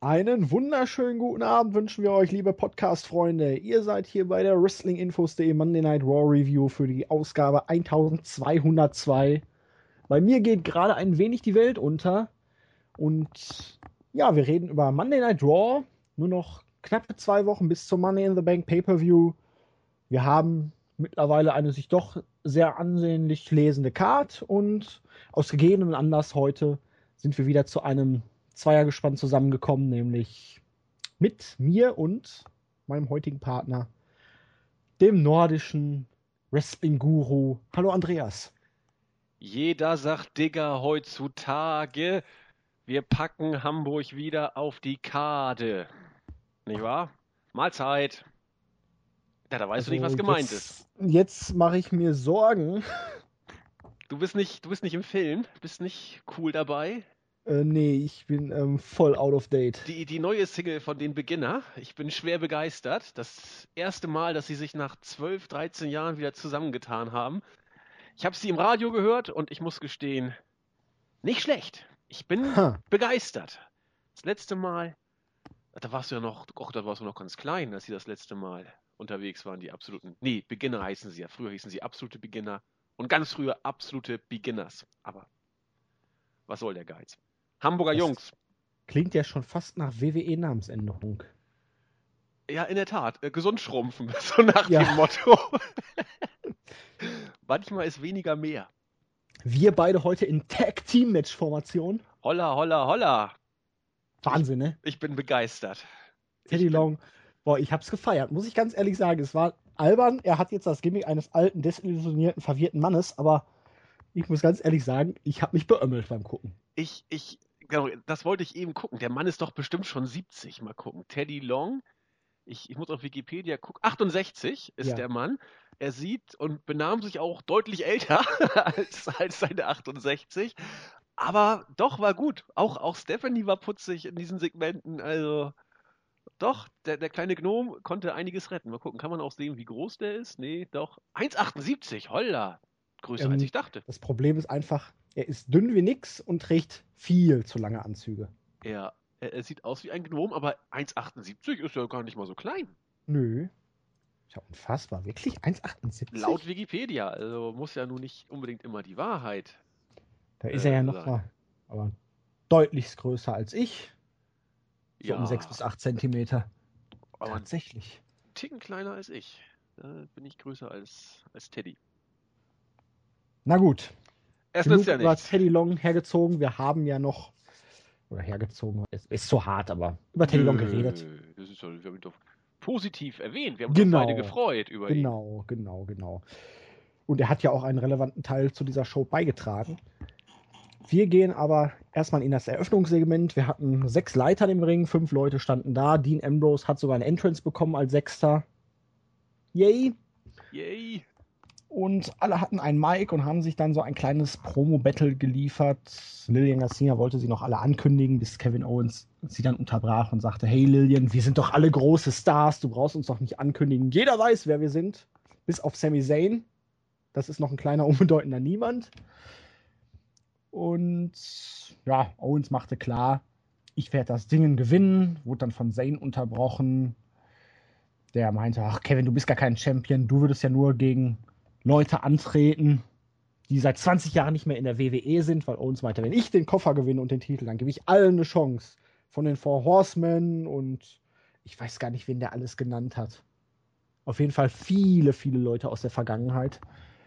Einen wunderschönen guten Abend wünschen wir euch, liebe Podcast-Freunde. Ihr seid hier bei der WrestlingInfos.de Monday Night Raw Review für die Ausgabe 1202. Bei mir geht gerade ein wenig die Welt unter. Und ja, wir reden über Monday Night Raw. Nur noch knappe 2 Wochen bis zum Money in the Bank Pay-Per-View. Wir haben mittlerweile eine sich doch sehr ansehnlich lesende Card. Und aus gegebenem Anlass heute sind wir wieder zu einem Zweiergespann zusammengekommen, nämlich mit mir und meinem heutigen Partner, dem nordischen Wrestling-Guru. Hallo Andreas. Jeder sagt Digger heutzutage, wir packen Hamburg wieder auf die Karte. Nicht wahr? Mahlzeit. Ja, da weißt du nicht, was gemeint ist. Jetzt mache ich mir Sorgen. Du bist nicht im Film, bist nicht cool dabei. Nee, ich bin voll out of date. Die neue Single von den Beginner, ich bin schwer begeistert. Das erste Mal, dass sie sich nach 12, 13 Jahren wieder zusammengetan haben. Ich habe sie im Radio gehört und ich muss gestehen, nicht schlecht. Ich bin begeistert. Das letzte Mal, da warst du noch ganz klein, als sie das letzte Mal unterwegs waren, die absoluten. Nee, Beginner heißen sie ja. Früher hießen sie absolute Beginner und ganz früher absolute Beginners. Aber was soll der Geiz? Hamburger Das Jungs. Klingt ja schon fast nach WWE-Namensänderung. Ja, in der Tat. Gesund schrumpfen, so nach dem Motto. Manchmal ist weniger mehr. Wir beide heute in Tag-Team-Match-Formation. Holla, holla, holla. Wahnsinn, ne? Ich bin begeistert. Teddy Long, boah, ich hab's gefeiert, muss ich ganz ehrlich sagen. Es war albern, er hat jetzt das Gimmick eines alten, desillusionierten, verwirrten Mannes, aber ich muss ganz ehrlich sagen, ich hab mich beömmelt beim Gucken. Genau, das wollte ich eben gucken. Der Mann ist doch bestimmt schon 70. Mal gucken. Teddy Long, ich muss auf Wikipedia gucken. 68 ist der Mann. Er sieht und benahm sich auch deutlich älter als seine 68. Aber doch, war gut. Auch Stephanie war putzig in diesen Segmenten. Also doch, der kleine Gnom konnte einiges retten. Mal gucken, kann man auch sehen, wie groß der ist? Nee, doch. 1,78, holla. Größer als ich dachte. Das Problem ist einfach, er ist dünn wie nix und trägt viel zu lange Anzüge. Ja, er sieht aus wie ein Gnom, aber 1,78 ist ja gar nicht mal so klein. Nö. Ja, unfassbar. Wirklich 1,78? Laut Wikipedia. Also muss ja nun nicht unbedingt immer die Wahrheit. Da ist er ja noch mal, aber deutlich größer als ich. So um 6 bis 8 Zentimeter. Aber tatsächlich. Ein Ticken kleiner als ich. Da bin ich größer als Teddy. Na gut. Es nützt ja über nichts. Teddy Long hergezogen. Wir haben ja noch, oder hergezogen, es ist so hart, aber über Teddy Long geredet. Das ist doch, wir haben ihn doch positiv erwähnt. Wir haben uns beide gefreut über ihn. Genau. Und er hat ja auch einen relevanten Teil zu dieser Show beigetragen. Wir gehen aber erstmal in das Eröffnungssegment. Wir hatten 6 Leitern im Ring, 5 Leute standen da. Dean Ambrose hat sogar ein Entrance bekommen als 6. Yay! Und alle hatten ein Mic und haben sich dann so ein kleines Promo-Battle geliefert. Lillian Garcia wollte sie noch alle ankündigen, bis Kevin Owens sie dann unterbrach und sagte, hey Lillian, wir sind doch alle große Stars, du brauchst uns doch nicht ankündigen. Jeder weiß, wer wir sind, bis auf Sami Zayn. Das ist noch ein kleiner, unbedeutender Niemand. Und ja, Owens machte klar, ich werde das Ding gewinnen, wurde dann von Zayn unterbrochen. Der meinte, ach Kevin, du bist gar kein Champion, du würdest ja nur gegen Leute antreten, die seit 20 Jahren nicht mehr in der WWE sind, weil Owens meinte, wenn ich den Koffer gewinne und den Titel, dann gebe ich allen eine Chance. Von den Four Horsemen und ich weiß gar nicht, wen der alles genannt hat. Auf jeden Fall viele, viele Leute aus der Vergangenheit.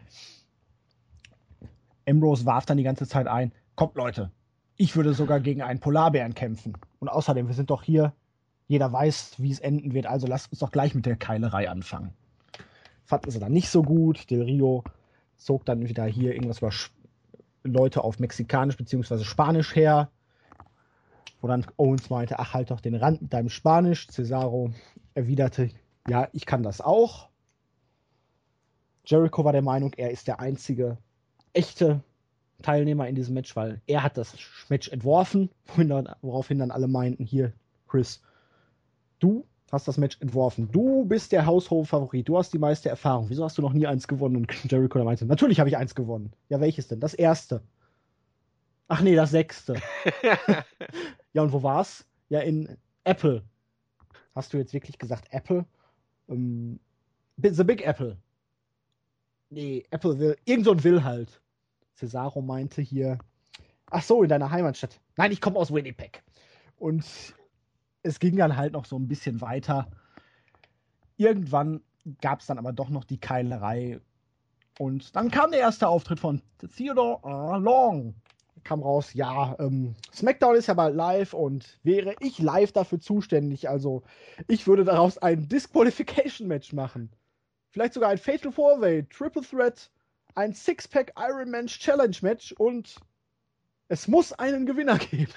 Ambrose warf dann die ganze Zeit ein, kommt Leute, ich würde sogar gegen einen Polarbären kämpfen. Und außerdem, wir sind doch hier, jeder weiß, wie es enden wird, also lasst uns doch gleich mit der Keilerei anfangen. Fanden sie dann nicht so gut. Del Rio zog dann wieder hier irgendwas über Leute auf Mexikanisch bzw. Spanisch her. Wo dann Owens meinte, ach, halt doch den Rand mit deinem Spanisch. Cesaro erwiderte, ja, ich kann das auch. Jericho war der Meinung, er ist der einzige echte Teilnehmer in diesem Match, weil er hat das Match entworfen, woraufhin dann alle meinten, hier, Chris, du hast das Match entworfen. Du bist der Haushof-Favorit. Du hast die meiste Erfahrung. Wieso hast du noch nie eins gewonnen? Und Jericho meinte, natürlich habe ich eins gewonnen. Ja, welches denn? Das erste. Ach nee, das 6. Ja, und wo war's? Ja, in Apple. Hast du jetzt wirklich gesagt Apple? The Big Apple. Nee, Apple will. Irgend so ein Will halt. Cesaro meinte hier. Ach so, in deiner Heimatstadt. Nein, ich komme aus Winnipeg. Und es ging dann halt noch so ein bisschen weiter. Irgendwann gab es dann aber doch noch die Keilerei. Und dann kam der erste Auftritt von Theodore R. Long. Kam raus, ja, SmackDown ist ja bald live und wäre ich live dafür zuständig. Also ich würde daraus ein Disqualification-Match machen. Vielleicht sogar ein Fatal 4-Way, Triple Threat, ein Six-Pack Ironman Challenge-Match und es muss einen Gewinner geben.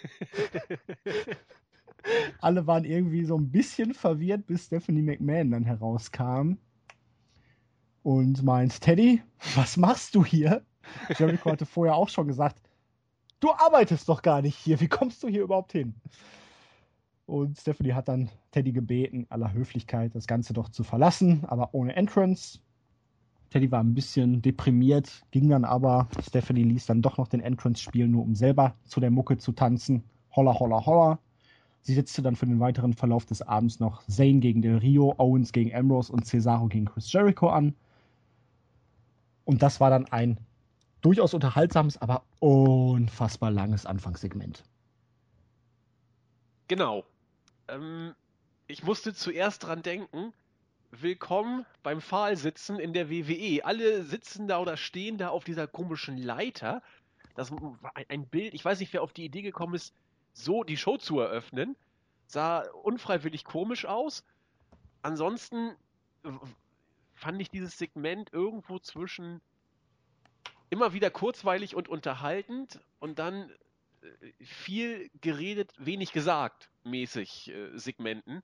Alle waren irgendwie so ein bisschen verwirrt, bis Stephanie McMahon dann herauskam und meint, Teddy, was machst du hier? Jericho hatte vorher auch schon gesagt, du arbeitest doch gar nicht hier, wie kommst du hier überhaupt hin? Und Stephanie hat dann Teddy gebeten, aller Höflichkeit, das Ganze doch zu verlassen, aber ohne Entrance. Teddy war ein bisschen deprimiert, ging dann aber. Stephanie ließ dann doch noch den Entrance spielen, nur um selber zu der Mucke zu tanzen. Holla, holla, holla. Sie setzte dann für den weiteren Verlauf des Abends noch Zayn gegen Del Rio, Owens gegen Ambrose und Cesaro gegen Chris Jericho an. Und das war dann ein durchaus unterhaltsames, aber unfassbar langes Anfangssegment. Genau. Ich musste zuerst dran denken, willkommen beim Pfahlsitzen in der WWE. Alle sitzen da oder stehen da auf dieser komischen Leiter. Das war ein Bild, ich weiß nicht, wer auf die Idee gekommen ist, so die Show zu eröffnen. Sah unfreiwillig komisch aus. Ansonsten fand ich dieses Segment irgendwo zwischen immer wieder kurzweilig und unterhaltend und dann viel geredet, wenig gesagt mäßig Segmenten.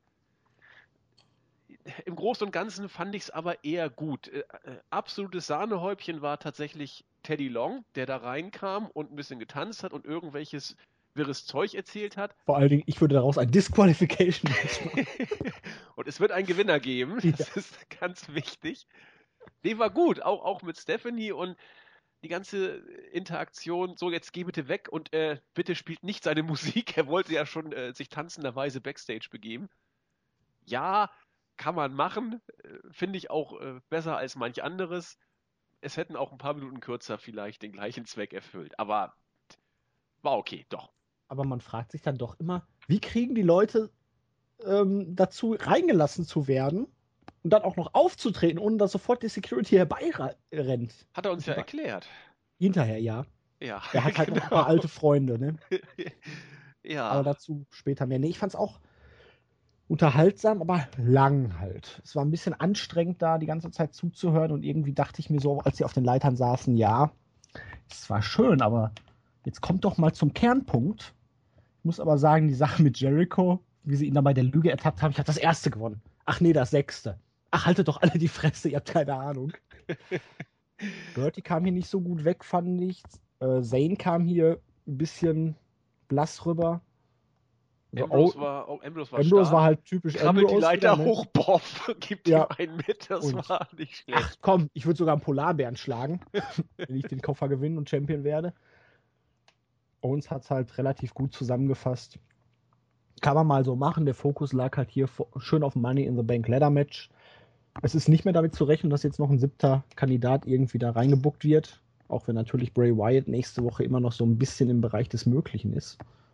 Im Großen und Ganzen fand ich es aber eher gut. Absolutes Sahnehäubchen war tatsächlich Teddy Long, der da reinkam und ein bisschen getanzt hat und irgendwelches wirres Zeug erzählt hat. Vor allen Dingen, ich würde daraus ein Disqualification machen. Und es wird einen Gewinner geben, das ist ganz wichtig. Nee, war gut, auch mit Stephanie und die ganze Interaktion, so jetzt geh bitte weg und bitte spielt nicht seine Musik. Er wollte ja schon sich tanzenderweise Backstage begeben. Ja, kann man machen, finde ich auch besser als manch anderes. Es hätten auch ein paar Minuten kürzer vielleicht den gleichen Zweck erfüllt, aber war okay, doch. Aber man fragt sich dann doch immer, wie kriegen die Leute dazu reingelassen zu werden und dann auch noch aufzutreten, ohne dass sofort die Security herbeirennt. Hat er uns ja erklärt. Hinterher, ja. Ja, Er hat halt noch ein paar alte Freunde, ne? Ja. Aber dazu später mehr. Nee, ich fand's auch unterhaltsam, aber lang halt. Es war ein bisschen anstrengend da, die ganze Zeit zuzuhören und irgendwie dachte ich mir so, als sie auf den Leitern saßen, ja, es war schön, aber jetzt kommt doch mal zum Kernpunkt. Ich muss aber sagen, die Sache mit Jericho, wie sie ihn dann bei der Lüge ertappt haben, ich habe das erste gewonnen. Ach nee, das sechste. Ach, haltet doch alle die Fresse, ihr habt keine Ahnung. Bertie kam hier nicht so gut weg, fand ich. Zayn kam hier ein bisschen blass rüber. Ambrose war halt typisch Krabbelt Ambrose die Leiter wieder, ne? hoch, boff, gibt ihm einen mit, das war nicht schlecht. Ach komm, ich würde sogar einen Polarbären schlagen, wenn ich den Koffer gewinne und Champion werde. Owens hat es halt relativ gut zusammengefasst. Kann man mal so machen. Der Fokus lag halt hier schön auf dem Money in the Bank Ladder Match. Es ist nicht mehr damit zu rechnen, dass jetzt noch ein 7. Kandidat irgendwie da reingebuckt wird. Auch wenn natürlich Bray Wyatt nächste Woche immer noch so ein bisschen im Bereich des Möglichen ist.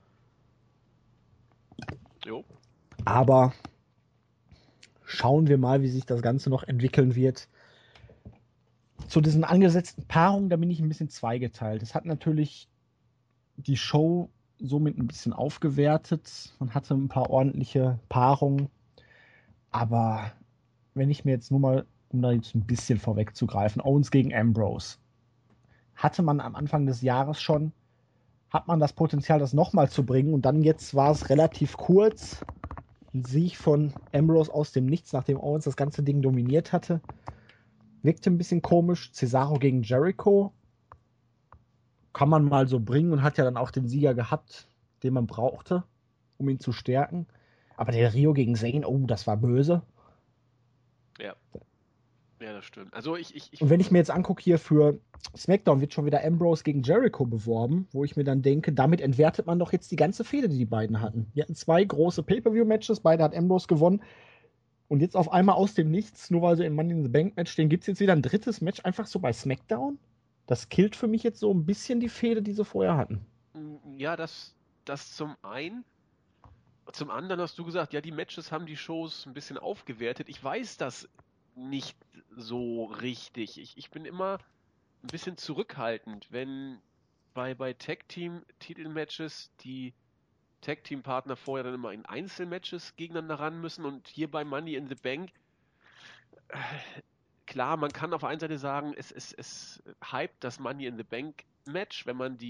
Jo. Aber schauen wir mal, wie sich das Ganze noch entwickeln wird. Zu diesen angesetzten Paarungen, da bin ich ein bisschen zweigeteilt. Es hat natürlich die Show somit ein bisschen aufgewertet. Man hatte ein paar ordentliche Paarungen. Aber wenn ich mir jetzt nur mal, um da jetzt ein bisschen vorwegzugreifen, Owens gegen Ambrose, hatte man am Anfang des Jahres schon, hat man das Potenzial, das nochmal zu bringen. Und dann jetzt war es relativ kurz. Ein Sieg von Ambrose aus dem Nichts, nachdem Owens das ganze Ding dominiert hatte. Wirkte ein bisschen komisch. Cesaro gegen Jericho kann man mal so bringen und hat ja dann auch den Sieger gehabt, den man brauchte, um ihn zu stärken. Aber der Rio gegen Zayn, oh, das war böse. Ja. Ja, das stimmt. Also Und wenn ich mir jetzt angucke, hier für SmackDown wird schon wieder Ambrose gegen Jericho beworben, wo ich mir dann denke, damit entwertet man doch jetzt die ganze Fehde, die die beiden hatten. Die hatten 2 große Pay-Per-View-Matches, beide hat Ambrose gewonnen. Und jetzt auf einmal aus dem Nichts, nur weil sie im Money in the Bank Match stehen, gibt es jetzt wieder ein drittes Match einfach so bei SmackDown? Das killt für mich jetzt so ein bisschen die Fehde, die sie vorher hatten. Ja, das zum einen. Zum anderen hast du gesagt, ja, die Matches haben die Shows ein bisschen aufgewertet. Ich weiß das nicht so richtig. Ich bin immer ein bisschen zurückhaltend, wenn bei Tag-Team-Titelmatches die Tag-Team-Partner vorher dann immer in Einzelmatches gegeneinander ran müssen und hier bei Money in the Bank, äh, klar, man kann auf der einen Seite sagen, es hypt das Money in the Bank Match, wenn man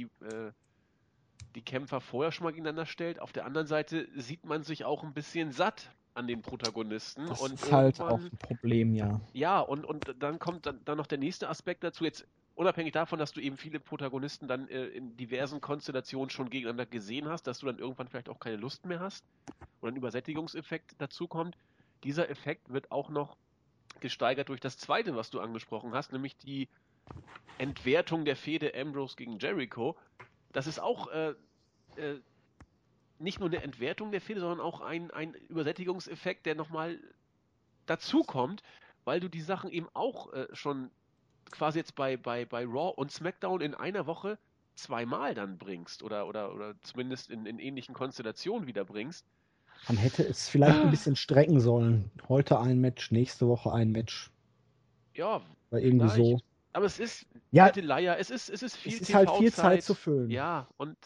die Kämpfer vorher schon mal gegeneinander stellt. Auf der anderen Seite sieht man sich auch ein bisschen satt an den Protagonisten Das und ist halt auch irgendwann, ein Problem, ja. ja, und dann kommt dann noch der nächste Aspekt dazu. Jetzt unabhängig davon, dass du eben viele Protagonisten dann in diversen Konstellationen schon gegeneinander gesehen hast, dass du dann irgendwann vielleicht auch keine Lust mehr hast oder ein Übersättigungseffekt dazu kommt. Dieser Effekt wird auch noch gesteigert durch das zweite, was du angesprochen hast, nämlich die Entwertung der Fehde Ambrose gegen Jericho. Das ist auch äh, nicht nur eine Entwertung der Fehde, sondern auch ein Übersättigungseffekt, der nochmal dazukommt, weil du die Sachen eben auch schon quasi jetzt bei Raw und SmackDown in einer Woche zweimal dann bringst oder zumindest in ähnlichen Konstellationen wieder bringst. Man hätte es vielleicht ein bisschen strecken sollen. Heute ein Match, nächste Woche ein Match. Ja, Oder irgendwie so. vielleicht. Aber es ist Ja, alte Leier, es ist es viel ist halt viel Zeit zu TV-Zeit. füllen. Ja, und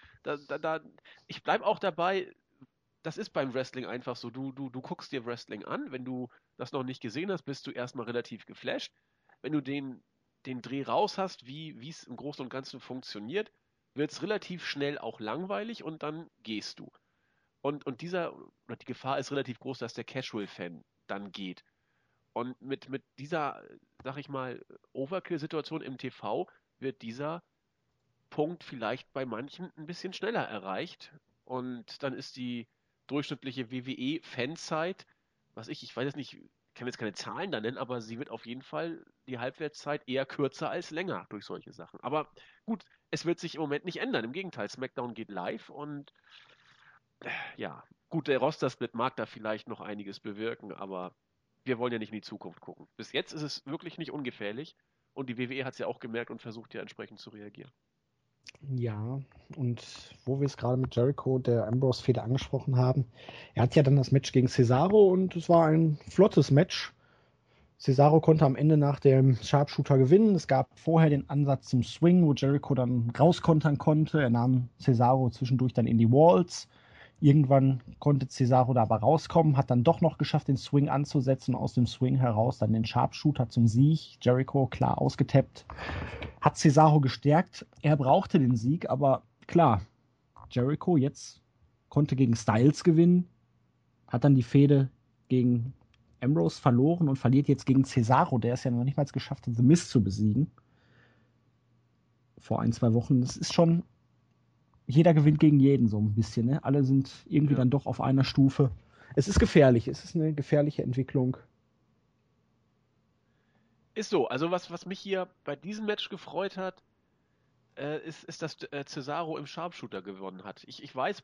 ich bleibe auch dabei, das ist beim Wrestling einfach so. Du guckst dir Wrestling an, wenn du das noch nicht gesehen hast, bist du erstmal relativ geflasht. Wenn du den Dreh raus hast, wie es im Großen und Ganzen funktioniert, wird es relativ schnell auch langweilig und dann gehst du. Und oder die Gefahr ist relativ groß, dass der Casual-Fan dann geht. Und mit dieser, sag ich mal, Overkill-Situation im TV wird dieser Punkt vielleicht bei manchen ein bisschen schneller erreicht. Und dann ist die durchschnittliche WWE-Fanzeit, ich weiß jetzt nicht, ich kann jetzt keine Zahlen da nennen, aber sie wird auf jeden Fall die Halbwertszeit eher kürzer als länger durch solche Sachen. Aber gut, es wird sich im Moment nicht ändern. Im Gegenteil, SmackDown geht live und ja, gut, der Roster-Split mag da vielleicht noch einiges bewirken, aber wir wollen ja nicht in die Zukunft gucken. Bis jetzt ist es wirklich nicht ungefährlich und die WWE hat es ja auch gemerkt und versucht ja entsprechend zu reagieren. Ja, und wo wir es gerade mit Jericho, der Ambrose-Fehde angesprochen haben, er hat ja dann das Match gegen Cesaro und es war ein flottes Match. Cesaro konnte am Ende nach dem Sharpshooter gewinnen. Es gab vorher den Ansatz zum Swing, wo Jericho dann rauskontern konnte. Er nahm Cesaro zwischendurch dann in die Walls. Irgendwann konnte Cesaro da aber rauskommen, hat dann doch noch geschafft, den Swing anzusetzen und aus dem Swing heraus dann den Sharpshooter zum Sieg. Jericho klar ausgetappt. Hat Cesaro gestärkt. Er brauchte den Sieg, aber klar, Jericho jetzt konnte gegen Styles gewinnen, hat dann die Fehde gegen Ambrose verloren und verliert jetzt gegen Cesaro, der es ja noch nicht mal geschafft hat, The Miz zu besiegen. Vor 1, 2 Wochen. Das ist schon, jeder gewinnt gegen jeden so ein bisschen. Ne? Alle sind irgendwie Ja. dann doch auf einer Stufe. Es ist gefährlich. Es ist eine gefährliche Entwicklung. Ist so, also was mich hier bei diesem Match gefreut hat, ist, dass Cesaro im Sharpshooter gewonnen hat. Ich weiß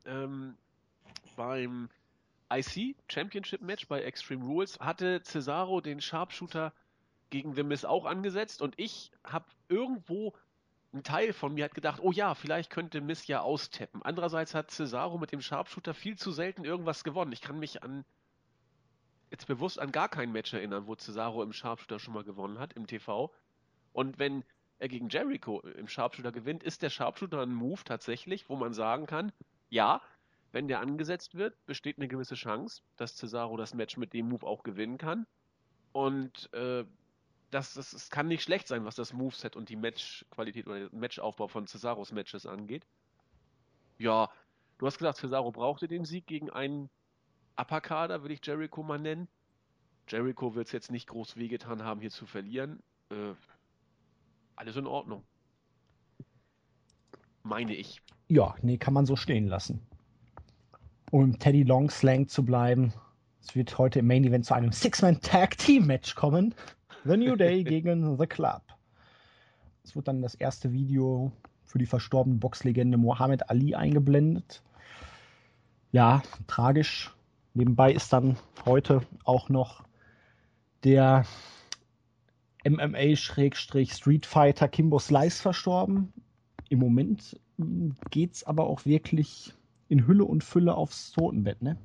beim IC Championship Match bei Extreme Rules hatte Cesaro den Sharpshooter gegen The Miz auch angesetzt und ich habe irgendwo, ein Teil von mir hat gedacht, oh ja, vielleicht könnte Miz ja austappen. Andererseits hat Cesaro mit dem Sharpshooter viel zu selten irgendwas gewonnen. Ich kann mich jetzt bewusst an gar kein Match erinnern, wo Cesaro im Sharpshooter schon mal gewonnen hat im TV. Und wenn er gegen Jericho im Sharpshooter gewinnt, ist der Sharpshooter ein Move tatsächlich, wo man sagen kann, ja, wenn der angesetzt wird, besteht eine gewisse Chance, dass Cesaro das Match mit dem Move auch gewinnen kann. Und das kann nicht schlecht sein, was das Moveset und die Matchqualität oder den Matchaufbau von Cesaros Matches angeht. Ja, du hast gesagt, Cesaro brauchte den Sieg gegen einen Upper-Kader, würde ich Jericho mal nennen. Jericho wird es jetzt nicht groß wehgetan haben, hier zu verlieren. Alles in Ordnung, meine ich. Ja, nee, kann man so stehen lassen. Um Teddy Long Slang zu bleiben, Es wird heute im Main Event zu einem Six-Man-Tag-Team-Match kommen. The New Day gegen The Club. Es wird dann das erste Video für die verstorbene Boxlegende Muhammad Ali eingeblendet. Ja, tragisch. Nebenbei ist dann heute auch noch der MMA-Street Fighter Kimbo Slice verstorben. Im Moment geht's aber auch wirklich in Hülle und Fülle aufs Totenbett, ne?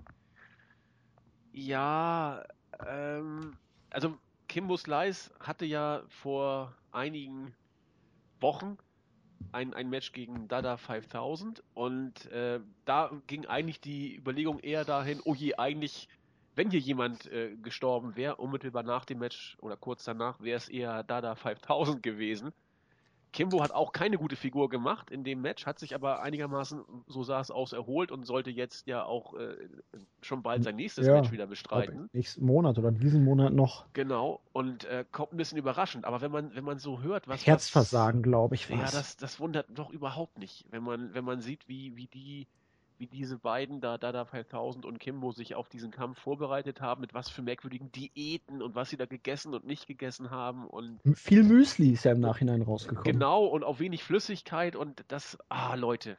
Ja, also Kimbo Slice hatte ja vor einigen Wochen ein Match gegen Dada 5000 und da ging eigentlich die Überlegung eher dahin, oh je, eigentlich, wenn hier jemand gestorben wäre, unmittelbar nach dem Match oder kurz danach, wäre es eher Dada 5000 gewesen. Kimbo hat auch keine gute Figur gemacht in dem Match, hat sich aber einigermaßen, so sah es aus, erholt und sollte jetzt ja auch schon bald sein nächstes Match wieder bestreiten. Nächsten Monat oder diesen Monat noch. Genau, und kommt ein bisschen überraschend. Aber wenn man so hört, Herzversagen, glaube ich, ja, was. das wundert doch überhaupt nicht, wenn man sieht, wie diese beiden, Dada 5000 und Kimbo, sich auf diesen Kampf vorbereitet haben, mit was für merkwürdigen Diäten und was sie da gegessen und nicht gegessen haben und Viel Müsli ist ja im Nachhinein rausgekommen. genau, und auch wenig Flüssigkeit und das, Leute,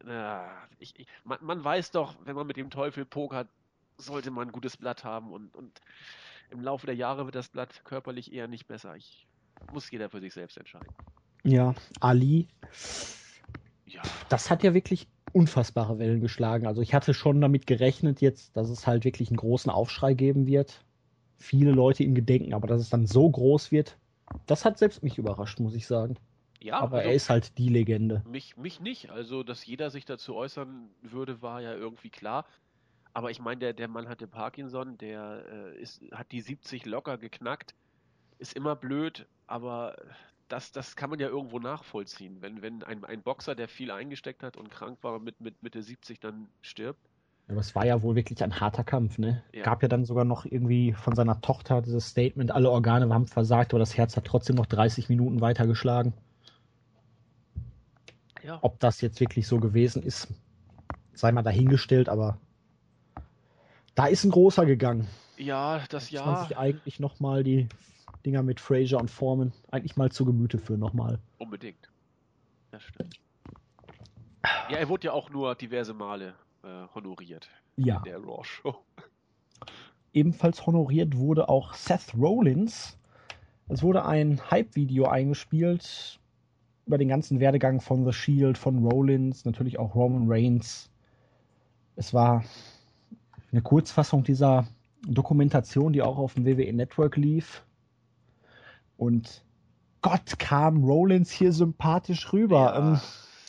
man weiß doch, wenn man mit dem Teufel pokert, sollte man ein gutes Blatt haben und im Laufe der Jahre wird das Blatt körperlich eher nicht besser. Muss jeder für sich selbst entscheiden. Ja, Ali. Ja. Das hat ja wirklich unfassbare Wellen geschlagen. Also ich hatte schon damit gerechnet jetzt, dass es halt wirklich einen großen Aufschrei geben wird. Viele Leute ihm gedenken, aber dass es dann so groß wird, das hat selbst mich überrascht, muss ich sagen. Ja, Aber also er ist halt die Legende. mich nicht. Also, dass jeder sich dazu äußern würde, war ja irgendwie klar. Aber ich meine, der Mann hatte Parkinson, der hat die 70 locker geknackt, ist immer blöd, aber das kann man ja irgendwo nachvollziehen. Wenn ein Boxer, der viel eingesteckt hat und krank war, mit Mitte 70 dann stirbt. Aber es war ja wohl wirklich ein harter Kampf, ne? Ja. Gab ja dann sogar noch irgendwie von seiner Tochter dieses Statement, alle Organe haben versagt, aber das Herz hat trotzdem noch 30 Minuten weitergeschlagen. Ja. Ob das jetzt wirklich so gewesen ist, sei mal dahingestellt, aber da ist ein großer gegangen. Ja, Da muss man sich eigentlich nochmal die Dinger mit Fraser und Foreman eigentlich mal zu Gemüte führen nochmal. Unbedingt. Das stimmt. Ja, er wurde ja auch nur diverse Male honoriert Ja. in der Raw-Show. Ebenfalls honoriert wurde auch Seth Rollins. Es wurde ein Hype-Video eingespielt über den ganzen Werdegang von The Shield, von Rollins, natürlich auch Roman Reigns. Es war eine Kurzfassung dieser Dokumentation, die auch auf dem WWE Network lief. Und Gott, kam Rollins hier sympathisch rüber. Ja,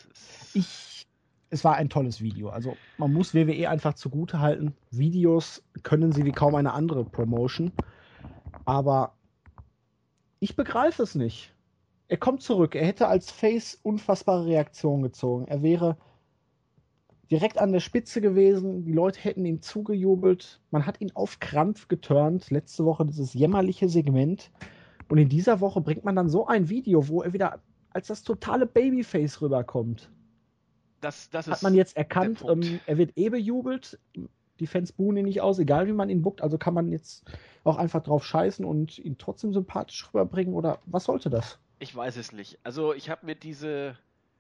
es war ein tolles Video. Also man muss WWE einfach zugute halten. Videos können sie wie kaum eine andere Promotion. Aber ich begreife es nicht. Er kommt zurück. Er hätte als Face unfassbare Reaktionen gezogen. Er wäre direkt an der Spitze gewesen. Die Leute hätten ihm zugejubelt. Man hat ihn auf Krampf geturnt. Letzte Woche dieses jämmerliche Segment. Und in dieser Woche bringt man dann so ein Video, wo er wieder als das totale Babyface rüberkommt. Das hat man jetzt erkannt, er wird bejubelt. Die Fans buhen ihn nicht aus, egal wie man ihn bookt. Also kann man jetzt auch einfach drauf scheißen und ihn trotzdem sympathisch rüberbringen oder was sollte das? Ich weiß es nicht. Also ich habe mir diese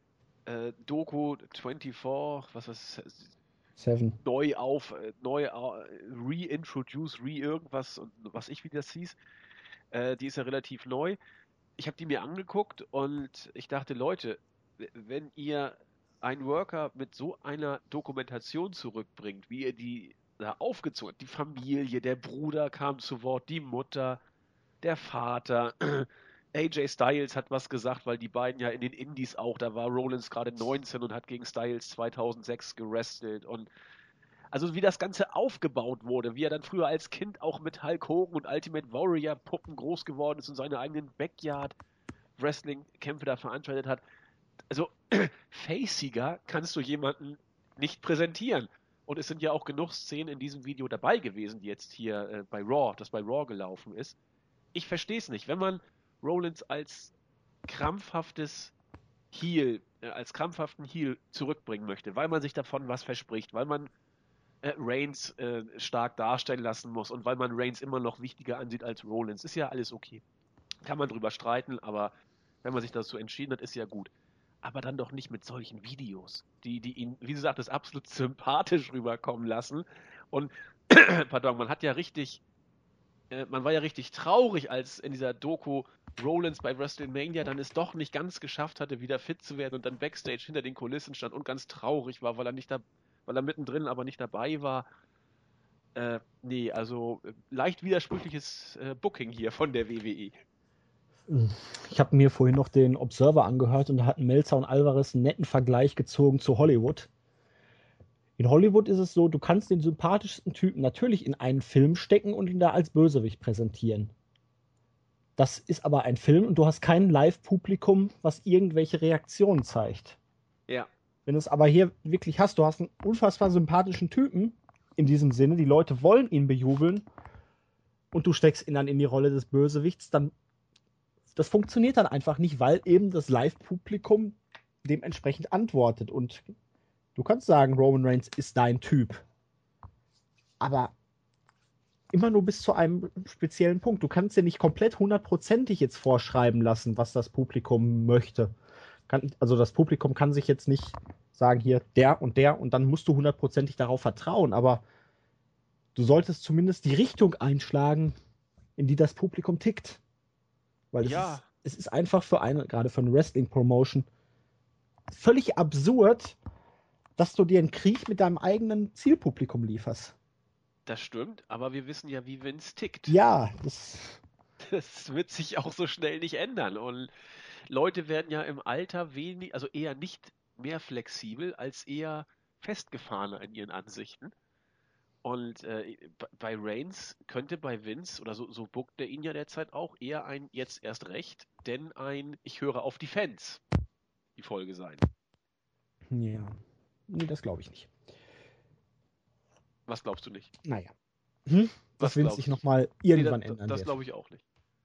Doku 24, was ist 7. neu reintroduce, irgendwas und was wie das hieß. Die ist ja relativ neu. Ich habe die mir angeguckt und ich dachte, Leute, wenn ihr einen Worker mit so einer Dokumentation zurückbringt, wie ihr die da aufgezogen habt, die Familie, der Bruder kam zu Wort, die Mutter, der Vater, AJ Styles hat was gesagt, weil die beiden ja in den Indies auch, da war Rollins gerade 19 und hat gegen Styles 2006 gewrestelt und also wie das Ganze aufgebaut wurde, wie er dann früher als Kind auch mit Hulk Hogan und Ultimate Warrior Puppen groß geworden ist und seine eigenen Backyard-Wrestling-Kämpfe da veranstaltet hat. Also faciger kannst du jemanden nicht präsentieren. Und es sind ja auch genug Szenen in diesem Video dabei gewesen, die jetzt hier bei Raw gelaufen ist. Ich verstehe es nicht. Wenn man Rollins als krampfhaften Heel zurückbringen möchte, weil man sich davon was verspricht, weil man Reigns stark darstellen lassen muss und weil man Reigns immer noch wichtiger ansieht als Rollins. Ist ja alles okay. Kann man drüber streiten, aber wenn man sich dazu entschieden hat, ist ja gut. Aber dann doch nicht mit solchen Videos, die ihn, wie du sagtest, absolut sympathisch rüberkommen lassen. Und, pardon, man war ja richtig traurig, als in dieser Doku Rollins bei WrestleMania dann es doch nicht ganz geschafft hatte, wieder fit zu werden und dann Backstage hinter den Kulissen stand und ganz traurig war, weil er mittendrin aber nicht dabei war. Nee, also leicht widersprüchliches Booking hier von der WWE. Ich habe mir vorhin noch den Observer angehört und da hatten Melzer und Alvarez einen netten Vergleich gezogen zu Hollywood. In Hollywood ist es so, du kannst den sympathischsten Typen natürlich in einen Film stecken und ihn da als Bösewicht präsentieren. Das ist aber ein Film und du hast kein Live-Publikum, was irgendwelche Reaktionen zeigt. Ja. Wenn du es aber hier wirklich hast, du hast einen unfassbar sympathischen Typen, in diesem Sinne, die Leute wollen ihn bejubeln und du steckst ihn dann in die Rolle des Bösewichts, dann das funktioniert dann einfach nicht, weil eben das Live-Publikum dementsprechend antwortet. Und du kannst sagen, Roman Reigns ist dein Typ. Aber immer nur bis zu einem speziellen Punkt. Du kannst dir nicht komplett hundertprozentig jetzt vorschreiben lassen, was das Publikum möchte. Also das Publikum kann sich jetzt nicht sagen, hier der und dann musst du hundertprozentig darauf vertrauen. Aber du solltest zumindest die Richtung einschlagen, in die das Publikum tickt. Weil es ist einfach gerade für eine Wrestling-Promotion, völlig absurd, dass du dir einen Krieg mit deinem eigenen Zielpublikum lieferst. Das stimmt, aber wir wissen ja, wie Vince tickt. Ja, das wird sich auch so schnell nicht ändern. Und Leute werden ja im Alter also eher nicht mehr flexibel, als eher festgefahrener in ihren Ansichten. Und bei Reigns könnte bei Vince, oder so bookt er ihn ja derzeit auch, eher ein jetzt erst recht, denn ein ich höre auf die Fans die Folge sein. Ja. Nee, das glaube ich nicht. Was glaubst du nicht? Naja. Was Das Vince sich nochmal irgendwann ändern wird. Das glaube ich auch nicht.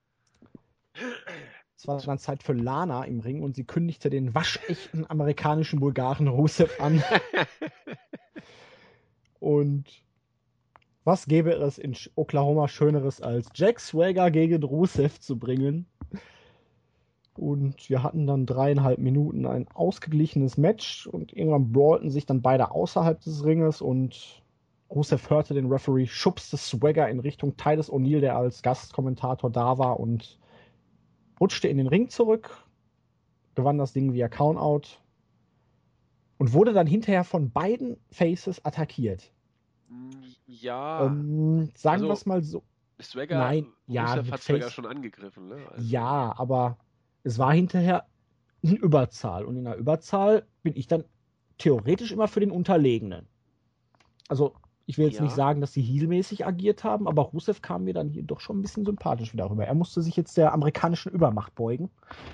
Es war dann Zeit für Lana im Ring und sie kündigte den waschechten amerikanischen Bulgaren Rusev an. Und was gäbe es in Oklahoma Schöneres, als Jack Swagger gegen Rusev zu bringen? Und wir hatten dann 3,5 Minuten ein ausgeglichenes Match und irgendwann brawlten sich dann beide außerhalb des Ringes und Rusev hörte den Referee, schubste Swagger in Richtung Titus O'Neil, der als Gastkommentator da war, und rutschte in den Ring zurück, gewann das Ding via Countout und wurde dann hinterher von beiden Faces attackiert. Ja. Sagen wir es mal so. Swagger, Nein, Rusev hat Swagger schon angegriffen, ne? Also. Ja, aber es war hinterher eine Überzahl. Und in der Überzahl bin ich dann theoretisch immer für den Unterlegenen. Also, ich will jetzt nicht sagen, dass sie heelmäßig agiert haben, aber Rusev kam mir dann hier doch schon ein bisschen sympathisch wieder rüber. Er musste sich jetzt der amerikanischen Übermacht beugen.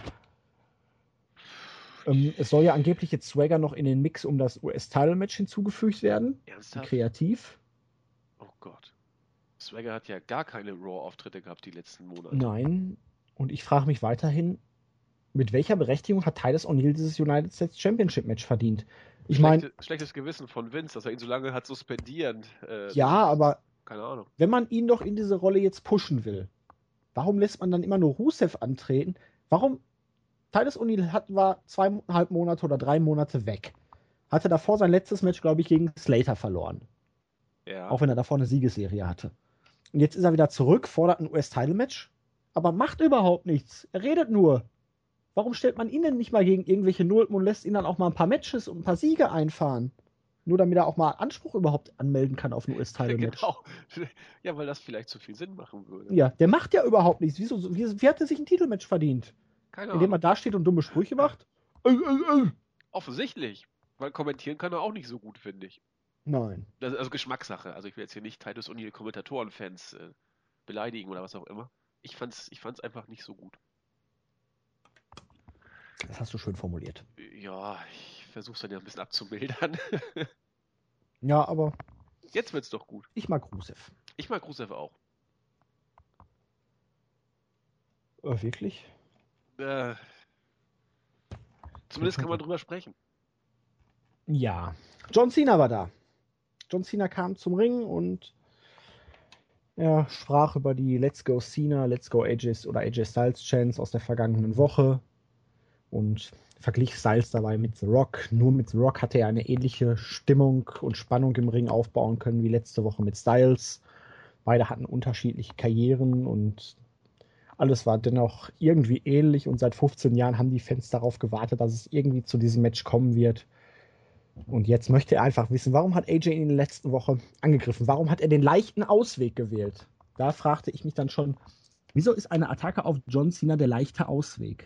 Es soll ja angeblich jetzt Swagger noch in den Mix um das US-Title-Match hinzugefügt werden. Ernsthaft? Kreativ. Oh Gott. Swagger hat ja gar keine Raw-Auftritte gehabt die letzten Monate. Nein. Und ich frage mich weiterhin, mit welcher Berechtigung hat Titus O'Neil dieses United States Championship Match verdient? Ich meine, schlechtes Gewissen von Vince, dass er ihn so lange hat suspendieren. Ja, aber keine Ahnung. Wenn man ihn doch in diese Rolle jetzt pushen will, warum lässt man dann immer nur Rusev antreten? Warum? Titus O'Neil war 2,5 Monate oder 3 Monate weg. Hatte davor sein letztes Match, glaube ich, gegen Slater verloren. Ja. Auch wenn er davor eine Siegesserie hatte. Und jetzt ist er wieder zurück, fordert ein US-Title-Match, aber macht überhaupt nichts. Er redet nur. Warum stellt man ihn denn nicht mal gegen irgendwelche Nulpen und lässt ihn dann auch mal ein paar Matches und ein paar Siege einfahren? Nur damit er auch mal Anspruch überhaupt anmelden kann auf ein US-Title-Match. Genau. Ja, weil das vielleicht zu viel Sinn machen würde. Ja, der macht ja überhaupt nichts. Wie hat er sich ein Titelmatch verdient? Keine Indem Ahnung. er da steht und dumme Sprüche macht? Offensichtlich. Weil kommentieren kann er auch nicht so gut, finde ich. Nein. Das ist also Geschmackssache. Also ich will jetzt hier nicht Titus O'Neil Kommentatoren-Fans beleidigen oder was auch immer. Ich fand's einfach nicht so gut. Das hast du schön formuliert. Ja, ich versuch's dann ja ein bisschen abzumildern. Ja, aber jetzt wird's doch gut. Ich mag Rusev. Ich mag Rusev auch. Wirklich? Zumindest kann man drüber sprechen. Ja. John Cena war da. John Cena kam zum Ring und er sprach über die Let's Go Cena, Let's Go AJ oder AJ Styles Chance aus der vergangenen Woche und verglich Styles dabei mit The Rock. Nur mit The Rock hatte er eine ähnliche Stimmung und Spannung im Ring aufbauen können wie letzte Woche mit Styles. Beide hatten unterschiedliche Karrieren und alles war dennoch irgendwie ähnlich und seit 15 Jahren haben die Fans darauf gewartet, dass es irgendwie zu diesem Match kommen wird. Und jetzt möchte er einfach wissen, warum hat AJ ihn in der letzten Woche angegriffen? Warum hat er den leichten Ausweg gewählt? Da fragte ich mich dann schon, wieso ist eine Attacke auf John Cena der leichte Ausweg?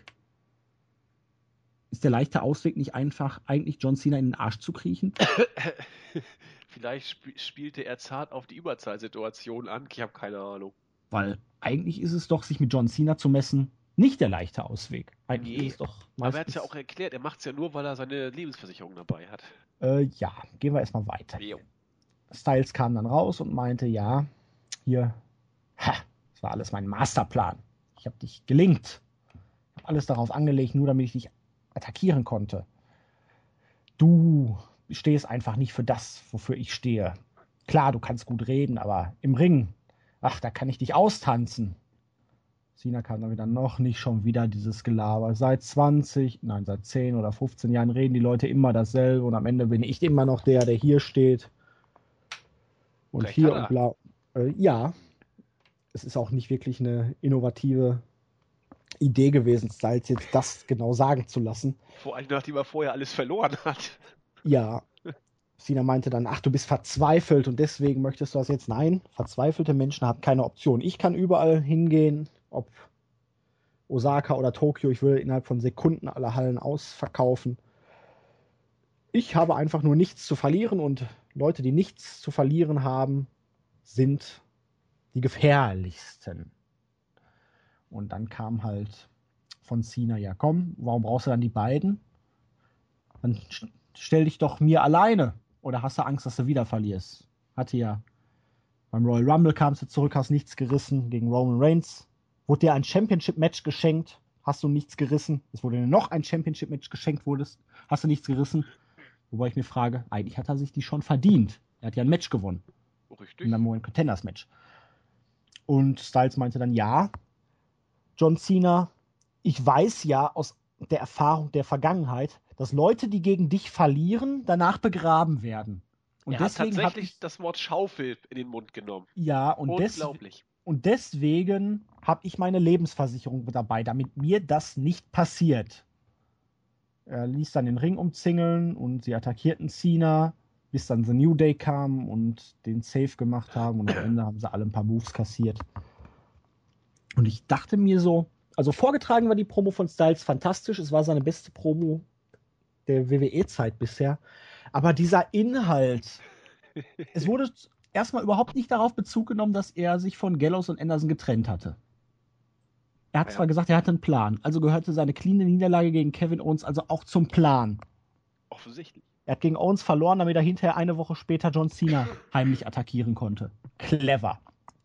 Ist der leichte Ausweg nicht einfach, eigentlich John Cena in den Arsch zu kriechen? Vielleicht spielte er zart auf die Überzahlsituation an. Ich habe keine Ahnung. Weil eigentlich ist es doch, sich mit John Cena zu messen, nicht der leichte Ausweg. Eigentlich ist es doch meistens... Aber er hat es ja auch erklärt, er macht es ja nur, weil er seine Lebensversicherung dabei hat. Ja, gehen wir erstmal weiter. Jo. Styles kam dann raus und meinte, ja, hier, das war alles mein Masterplan. Ich habe dich gelingt. Ich habe alles darauf angelegt, nur damit ich dich attackieren konnte. Du stehst einfach nicht für das, wofür ich stehe. Klar, du kannst gut reden, aber im Ring, da kann ich dich austanzen. Cena kam dann wieder noch nicht schon wieder dieses Gelaber. Seit 10 oder 15 Jahren reden die Leute immer dasselbe und am Ende bin ich immer noch der hier steht. Und Recht hier hat er. und bla. Ja, es ist auch nicht wirklich eine innovative Idee gewesen, Styles jetzt das genau sagen zu lassen. Vor allem, nachdem er vorher alles verloren hat. Ja, Cena meinte dann, du bist verzweifelt und deswegen möchtest du das jetzt. Nein, verzweifelte Menschen haben keine Option. Ich kann überall hingehen, ob Osaka oder Tokio, ich würde innerhalb von Sekunden alle Hallen ausverkaufen. Ich habe einfach nur nichts zu verlieren und Leute, die nichts zu verlieren haben, sind die gefährlichsten. Und dann kam halt von Cena, ja komm, warum brauchst du dann die beiden? Dann stell dich doch mir alleine. Oder hast du Angst, dass du wieder verlierst? Hatte ja beim Royal Rumble kamst du zurück, hast nichts gerissen gegen Roman Reigns. Wurde dir ein Championship-Match geschenkt, hast du nichts gerissen. Es wurde dir noch ein Championship-Match geschenkt, hast du nichts gerissen. Wobei ich mir frage, eigentlich hat er sich die schon verdient. Er hat ja ein Match gewonnen. Richtig. In einem neuen Contenders-Match. Und Styles meinte dann, ja, John Cena, ich weiß ja aus der Erfahrung der Vergangenheit, dass Leute, die gegen dich verlieren, danach begraben werden. Und er hat deswegen tatsächlich das Wort Schaufel in den Mund genommen. Ja, und unglaublich. Deswegen habe ich meine Lebensversicherung dabei, damit mir das nicht passiert. Er ließ dann den Ring umzingeln und sie attackierten Cena, bis dann The New Day kam und den Save gemacht haben und am Ende haben sie alle ein paar Moves kassiert. Und ich dachte mir so, also vorgetragen war die Promo von Styles fantastisch, es war seine beste Promo der WWE-Zeit bisher, aber dieser Inhalt, es wurde erstmal überhaupt nicht darauf Bezug genommen, dass er sich von Gallows und Anderson getrennt hatte. Er hat zwar gesagt, er hatte einen Plan, also gehörte seine cleane Niederlage gegen Kevin Owens also auch zum Plan. Offensichtlich. Er hat gegen Owens verloren, damit er hinterher eine Woche später John Cena heimlich attackieren konnte. Clever.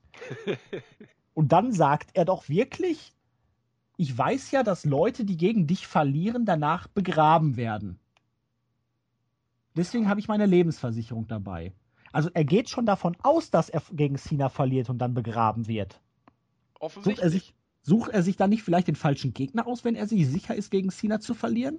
Und dann sagt er doch wirklich, ich weiß ja, dass Leute, die gegen dich verlieren, danach begraben werden. Deswegen habe ich meine Lebensversicherung dabei. Also er geht schon davon aus, dass er gegen Cena verliert und dann begraben wird. Offensichtlich. Sucht er sich dann nicht vielleicht den falschen Gegner aus, wenn er sich sicher ist, gegen Cena zu verlieren?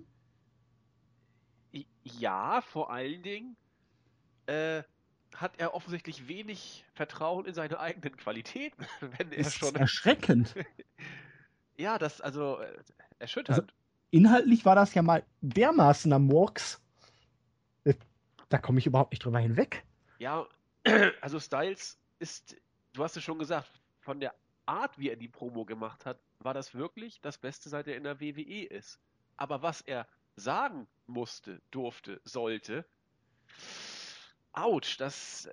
Ja, vor allen Dingen hat er offensichtlich wenig Vertrauen in seine eigenen Qualitäten, wenn er schon. Erschreckend. Ja, das erschütternd. Also, inhaltlich war das ja mal dermaßen am Murks. Da komme ich überhaupt nicht drüber hinweg. Ja, also Styles ist, du hast es schon gesagt, von der Art, wie er die Promo gemacht hat, war das wirklich das Beste, seit er in der WWE ist. Aber was er sagen musste, durfte, sollte, ouch, das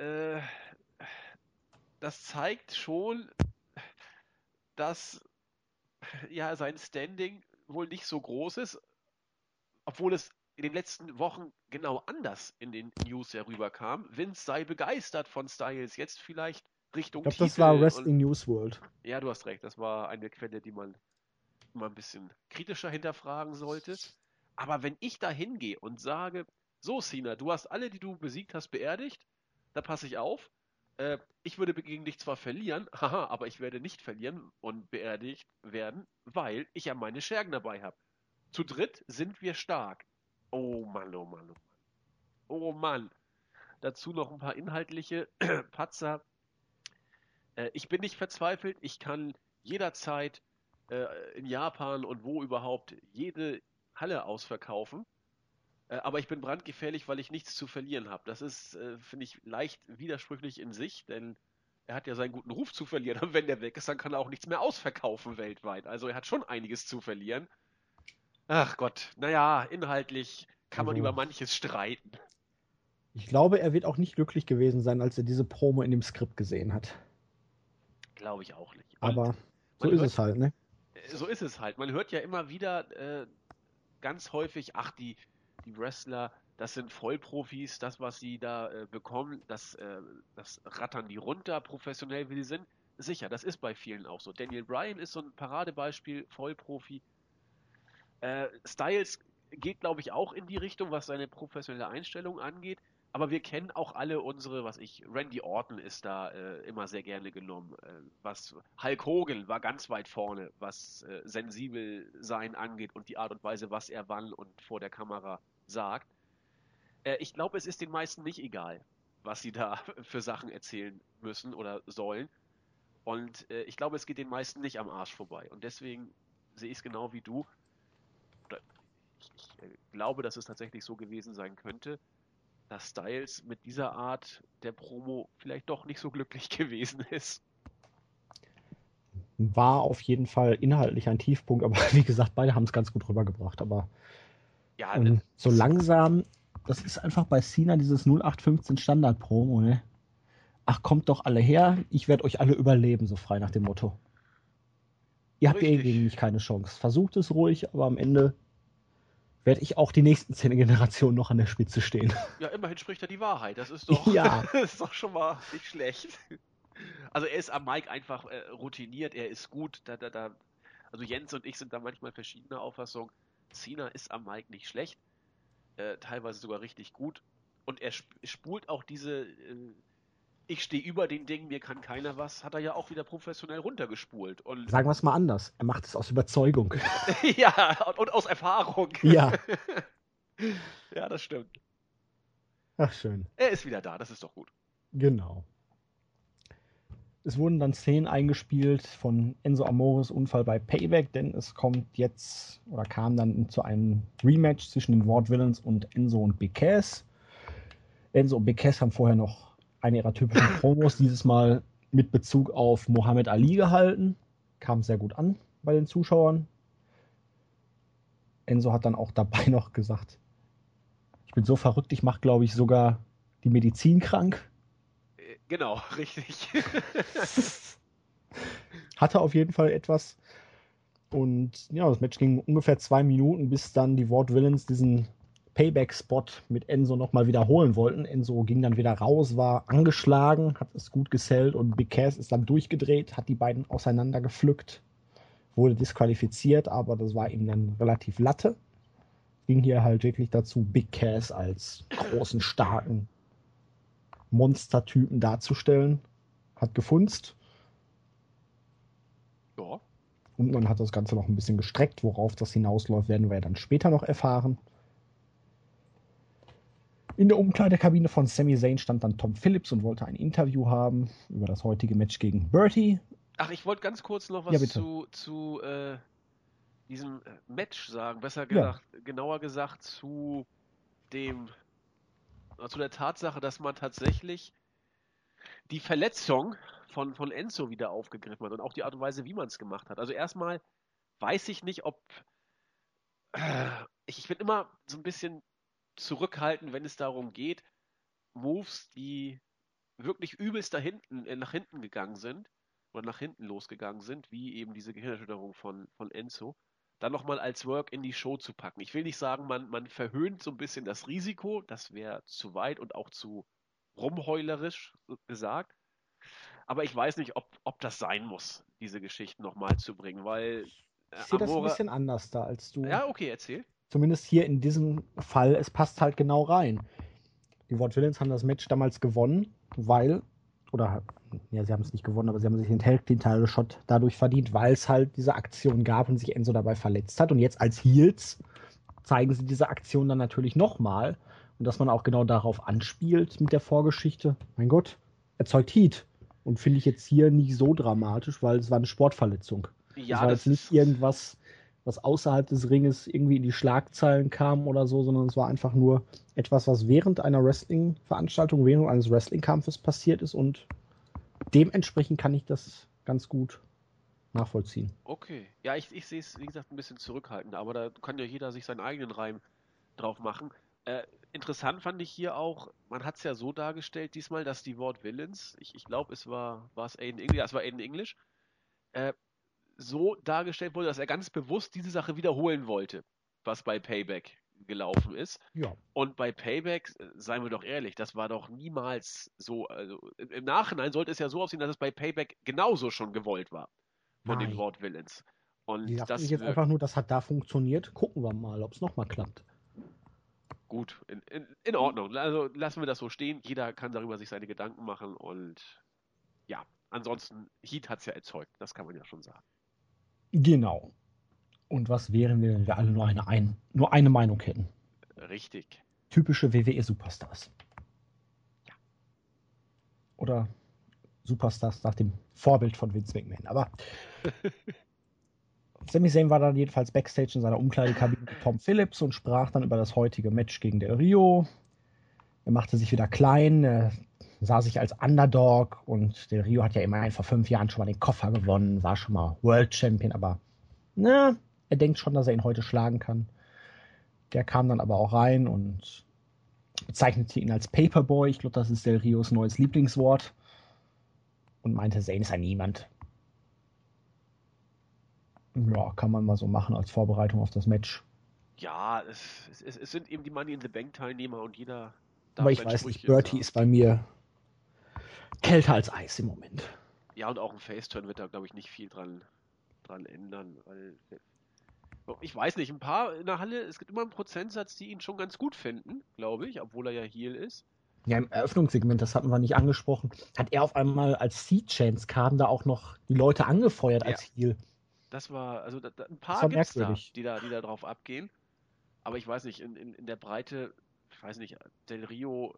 zeigt schon, dass ja sein Standing wohl nicht so groß ist, obwohl es in den letzten Wochen genau anders in den News herüberkam. Vince sei begeistert von Styles, jetzt vielleicht Richtung Ich glaube, Titel. das war Wrestling News World. Ja, du hast recht, das war eine Quelle, die man mal ein bisschen kritischer hinterfragen sollte. Aber wenn ich da hingehe und sage, so Cena, du hast alle, die du besiegt hast, beerdigt, da passe ich auf. Ich würde gegen dich zwar verlieren, haha, aber ich werde nicht verlieren und beerdigt werden, weil ich ja meine Schergen dabei habe. Zu dritt sind wir stark. Oh Mann, oh Mann, oh Mann. Oh Mann. Dazu noch ein paar inhaltliche Patzer. Ich bin nicht verzweifelt. Ich kann jederzeit in Japan und wo überhaupt jede Halle ausverkaufen. Aber ich bin brandgefährlich, weil ich nichts zu verlieren habe. Das ist, finde ich, leicht widersprüchlich in sich, denn er hat ja seinen guten Ruf zu verlieren. Und wenn der weg ist, dann kann er auch nichts mehr ausverkaufen weltweit. Also er hat schon einiges zu verlieren. Ach Gott, naja, inhaltlich kann man über Also, manches streiten. ich glaube, er wird auch nicht glücklich gewesen sein, als er diese Promo in dem Skript gesehen hat. Glaube ich auch nicht. Und Aber so man ist hört, es halt, ne? so ist es halt. Man hört ja immer wieder ganz häufig, ach, die Wrestler, das sind Vollprofis, das, was sie da bekommen, das rattern die runter, professionell wie sie sind. Sicher, das ist bei vielen auch so. Daniel Bryan ist so ein Paradebeispiel, Vollprofi. Styles geht, glaube ich, auch in die Richtung, was seine professionelle Einstellung angeht. Aber wir kennen auch alle unsere, Randy Orton ist da immer sehr gerne genommen. Hulk Hogan war ganz weit vorne, was sensibel sein angeht und die Art und Weise, was er wann und vor der Kamera sagt. Ich glaube, es ist den meisten nicht egal, was sie da für Sachen erzählen müssen oder sollen. Und ich glaube, es geht den meisten nicht am Arsch vorbei. Und deswegen sehe ich es genau wie du. Oder ich glaube, dass es tatsächlich so gewesen sein könnte, dass Styles mit dieser Art der Promo vielleicht doch nicht so glücklich gewesen ist. War auf jeden Fall inhaltlich ein Tiefpunkt, aber wie gesagt, beide haben es ganz gut rübergebracht. Aber Ja, so langsam, das ist einfach bei Cena dieses 0815 Standard-Promo, ne? Ach, kommt doch alle her, ich werde euch alle überleben, so frei nach dem Motto. Ihr habt ja eh richtig. gegen mich keine Chance. Versucht es ruhig, aber am Ende werde ich auch die nächsten 10 Generationen noch an der Spitze stehen. Ja, immerhin spricht er die Wahrheit. Das ist doch, Ja, ist doch schon mal nicht schlecht. Also er ist am Mike einfach routiniert, er ist gut. Also Jens und ich sind da manchmal verschiedener Auffassung. Cena ist am Mike nicht schlecht, teilweise sogar richtig gut. Und er spult auch diese ich stehe über den Dingen, mir kann keiner was, hat er ja auch wieder professionell runtergespult. Und sagen wir es mal anders. Er macht es aus Überzeugung. ja, und aus Erfahrung. Ja, Ja, das stimmt. ach schön. Er ist wieder da, das ist doch gut. Genau. Es wurden dann Szenen eingespielt von Enzo Amores Unfall bei Payback, denn es kommt jetzt oder kam dann zu einem Rematch zwischen den Vaudevillains und Enzo und Big Cass. Enzo und Big Cass haben vorher noch eine ihrer typischen Promos, dieses Mal mit Bezug auf Muhammad Ali gehalten. Kam sehr gut an bei den Zuschauern. Enzo hat dann auch dabei noch gesagt, ich bin so verrückt, ich mache, glaube ich, sogar die Medizin krank. Genau, richtig. Hatte auf jeden Fall etwas. Und ja, das Match ging ungefähr 2 Minuten, bis dann die Vaudevillains diesen Payback-Spot mit Enzo nochmal wiederholen wollten. Enzo ging dann wieder raus, war angeschlagen, hat es gut gesellt und Big Cass ist dann durchgedreht, hat die beiden auseinandergepflückt, wurde disqualifiziert, aber das war ihm dann relativ Latte. Ging hier halt wirklich dazu, Big Cass als großen, starken Monstertypen darzustellen. Hat gefunzt. Ja, Und man hat das Ganze noch ein bisschen gestreckt. Worauf das hinausläuft, werden wir ja dann später noch erfahren. In der Umkleidekabine von Sami Zayn stand dann Tom Phillips und wollte ein Interview haben über das heutige Match gegen Bertie. ach, ich wollte ganz kurz noch Ja, was bitte. zu diesem Match sagen. Ja, Genauer gesagt dem, zu der Tatsache, dass man tatsächlich die Verletzung von Enzo wieder aufgegriffen hat und auch die Art und Weise, wie man es gemacht hat. Also erstmal weiß ich nicht, ob ich bin immer so ein bisschen zurückhaltend, wenn es darum geht, Moves, die wirklich übelst nach hinten gegangen sind oder nach hinten losgegangen sind, wie eben diese Gehirnerschütterung von Enzo, dann nochmal als Work in die Show zu packen. Ich will nicht sagen, man verhöhnt so ein bisschen das Risiko, das wäre zu weit und auch zu rumheulerisch gesagt. Aber ich weiß nicht, ob das sein muss, diese Geschichten nochmal zu bringen, weil ich sehe das ein Amore. bisschen anders da als du. Ja, okay, erzähl. Zumindest hier in diesem Fall, es passt halt genau rein. Die Vaudevillains haben das Match damals gewonnen, weil, oder, ja, sie haben es nicht gewonnen, aber sie haben sich den Tag Team Title Shot dadurch verdient, weil es halt diese Aktion gab und sich Enzo dabei verletzt hat. Und jetzt als Heels zeigen sie diese Aktion dann natürlich nochmal. Und dass man auch genau darauf anspielt mit der Vorgeschichte. Mein Gott, erzeugt Heat. Und finde ich jetzt hier nicht so dramatisch, weil es war eine Sportverletzung. Ja, das war jetzt nicht irgendwas, was außerhalb des Ringes irgendwie in die Schlagzeilen kam oder so, sondern es war einfach nur etwas, was während einer Wrestling-Veranstaltung, während eines Wrestling-Kampfes passiert ist und dementsprechend kann ich das ganz gut nachvollziehen. Okay. Ja, ich sehe es, wie gesagt, ein bisschen zurückhaltend, aber da kann ja jeder sich seinen eigenen Reim drauf machen. Interessant fand ich hier auch, man hat es ja so dargestellt diesmal, dass die Vaudevillains, ich glaube, war es Aiden English, ja, es war Aiden English, so dargestellt wurde, dass er ganz bewusst diese Sache wiederholen wollte, was bei Payback gelaufen ist. Ja. Und bei Payback, seien wir doch ehrlich, das war doch niemals so, also im Nachhinein sollte es ja so aussehen, dass es bei Payback genauso schon gewollt war von den Vaudevillains. Und Die dachten das sich jetzt einfach nur, das hat da funktioniert, gucken wir mal, ob es nochmal klappt. Gut, in Ordnung. Also lassen wir das so stehen. Jeder kann darüber sich seine Gedanken machen und ja, ansonsten, Heat hat es ja erzeugt, das kann man ja schon sagen. Genau. Und was wären wir, wenn wir alle nur eine Meinung hätten? Richtig. Typische WWE-Superstars. Ja. Oder Superstars nach dem Vorbild von Vince McMahon. Aber Sami Zayn war dann jedenfalls Backstage in seiner Umkleidekabine mit Tom Phillips und sprach dann über das heutige Match gegen Del Rio. Er machte sich wieder klein, er sah sich als Underdog und Del Rio hat ja immerhin vor 5 Jahren schon mal den Koffer gewonnen, war schon mal World Champion, aber er denkt schon, dass er ihn heute schlagen kann. Der kam dann aber auch rein und bezeichnete ihn als Paperboy. Ich glaube, das ist Del Rios neues Lieblingswort. Und meinte, Zayn ist ein Niemand. Ja, kann man mal so machen als Vorbereitung auf das Match. Ja, es sind eben die Money in the Bank Teilnehmer und jeder darf aber ich weiß nicht, Bertie ist bei mir kälter als Eis im Moment. Ja, und auch ein Face-Turn wird da, glaube ich, nicht viel dran ändern, weil ich weiß nicht, ein paar in der Halle, es gibt immer einen Prozentsatz, die ihn schon ganz gut finden, glaube ich, obwohl er ja Heel ist. Ja, im Eröffnungssegment, das hatten wir nicht angesprochen, hat er auf einmal, als Seed-Chance kam, da auch noch die Leute angefeuert als Heel. Das war, also ein paar gibt's da, die da drauf abgehen. Aber ich weiß nicht, in der Breite, ich weiß nicht, Del Rio,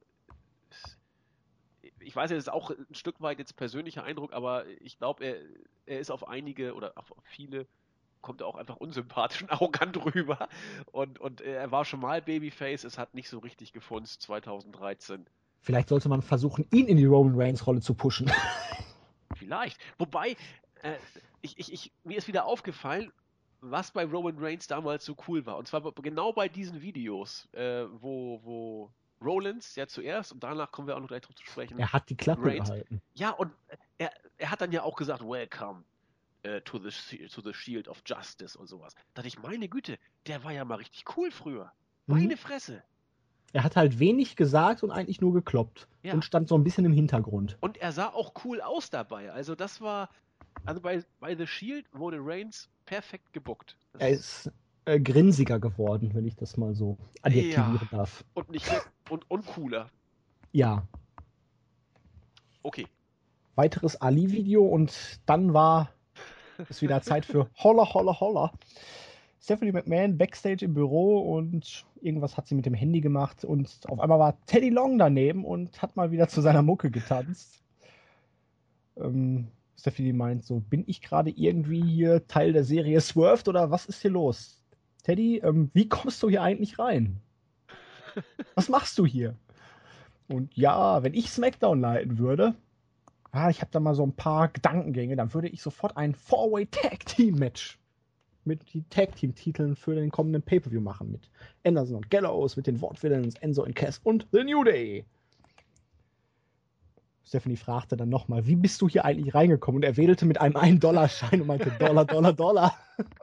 ich weiß, es ist auch ein Stück weit jetzt persönlicher Eindruck, aber ich glaube, er ist auf einige oder auf viele kommt er auch einfach unsympathisch und arrogant rüber. Und er war schon mal Babyface, es hat nicht so richtig gefunzt 2013. Vielleicht sollte man versuchen, ihn in die Roman Reigns-Rolle zu pushen. Vielleicht. Wobei, mir ist wieder aufgefallen, was bei Roman Reigns damals so cool war. Und zwar genau bei diesen Videos, wo Rollins ja zuerst und danach kommen wir auch noch gleich drauf zu sprechen. Er hat die Klappe gehalten. Ja, und er hat dann ja auch gesagt, welcome to the Shield of Justice und sowas. Da dachte ich, meine Güte, der war ja mal richtig cool früher. Meine Fresse. Er hat halt wenig gesagt und eigentlich nur gekloppt. Ja. Und stand so ein bisschen im Hintergrund. Und er sah auch cool aus dabei. Also das war, also bei The Shield wurde Reigns perfekt gebuckt. Er ist grinsiger geworden, wenn ich das mal so adjektivieren darf. Und cooler. Ja. Okay. Weiteres Ali-Video und dann war es wieder Zeit für Holla, Holla, Holla. Stephanie McMahon backstage im Büro und irgendwas hat sie mit dem Handy gemacht und auf einmal war Teddy Long daneben und hat mal wieder zu seiner Mucke getanzt. Stephanie meint so, bin ich gerade irgendwie hier Teil der Serie Swerved oder was ist hier los? Teddy, wie kommst du hier eigentlich rein? Was machst du hier? Und ja, wenn ich SmackDown leiten würde, ich habe da mal so ein paar Gedankengänge, dann würde ich sofort ein 4-Way-Tag-Team-Match mit den Tag-Team-Titeln für den kommenden Pay-Per-View machen. Mit Anderson und Gallows, mit den Vaudevillains, Enzo und Cass und The New Day. Stephanie fragte dann nochmal, wie bist du hier eigentlich reingekommen? Und er wedelte mit einem $1-Schein und meinte, Dollar, Dollar, Dollar.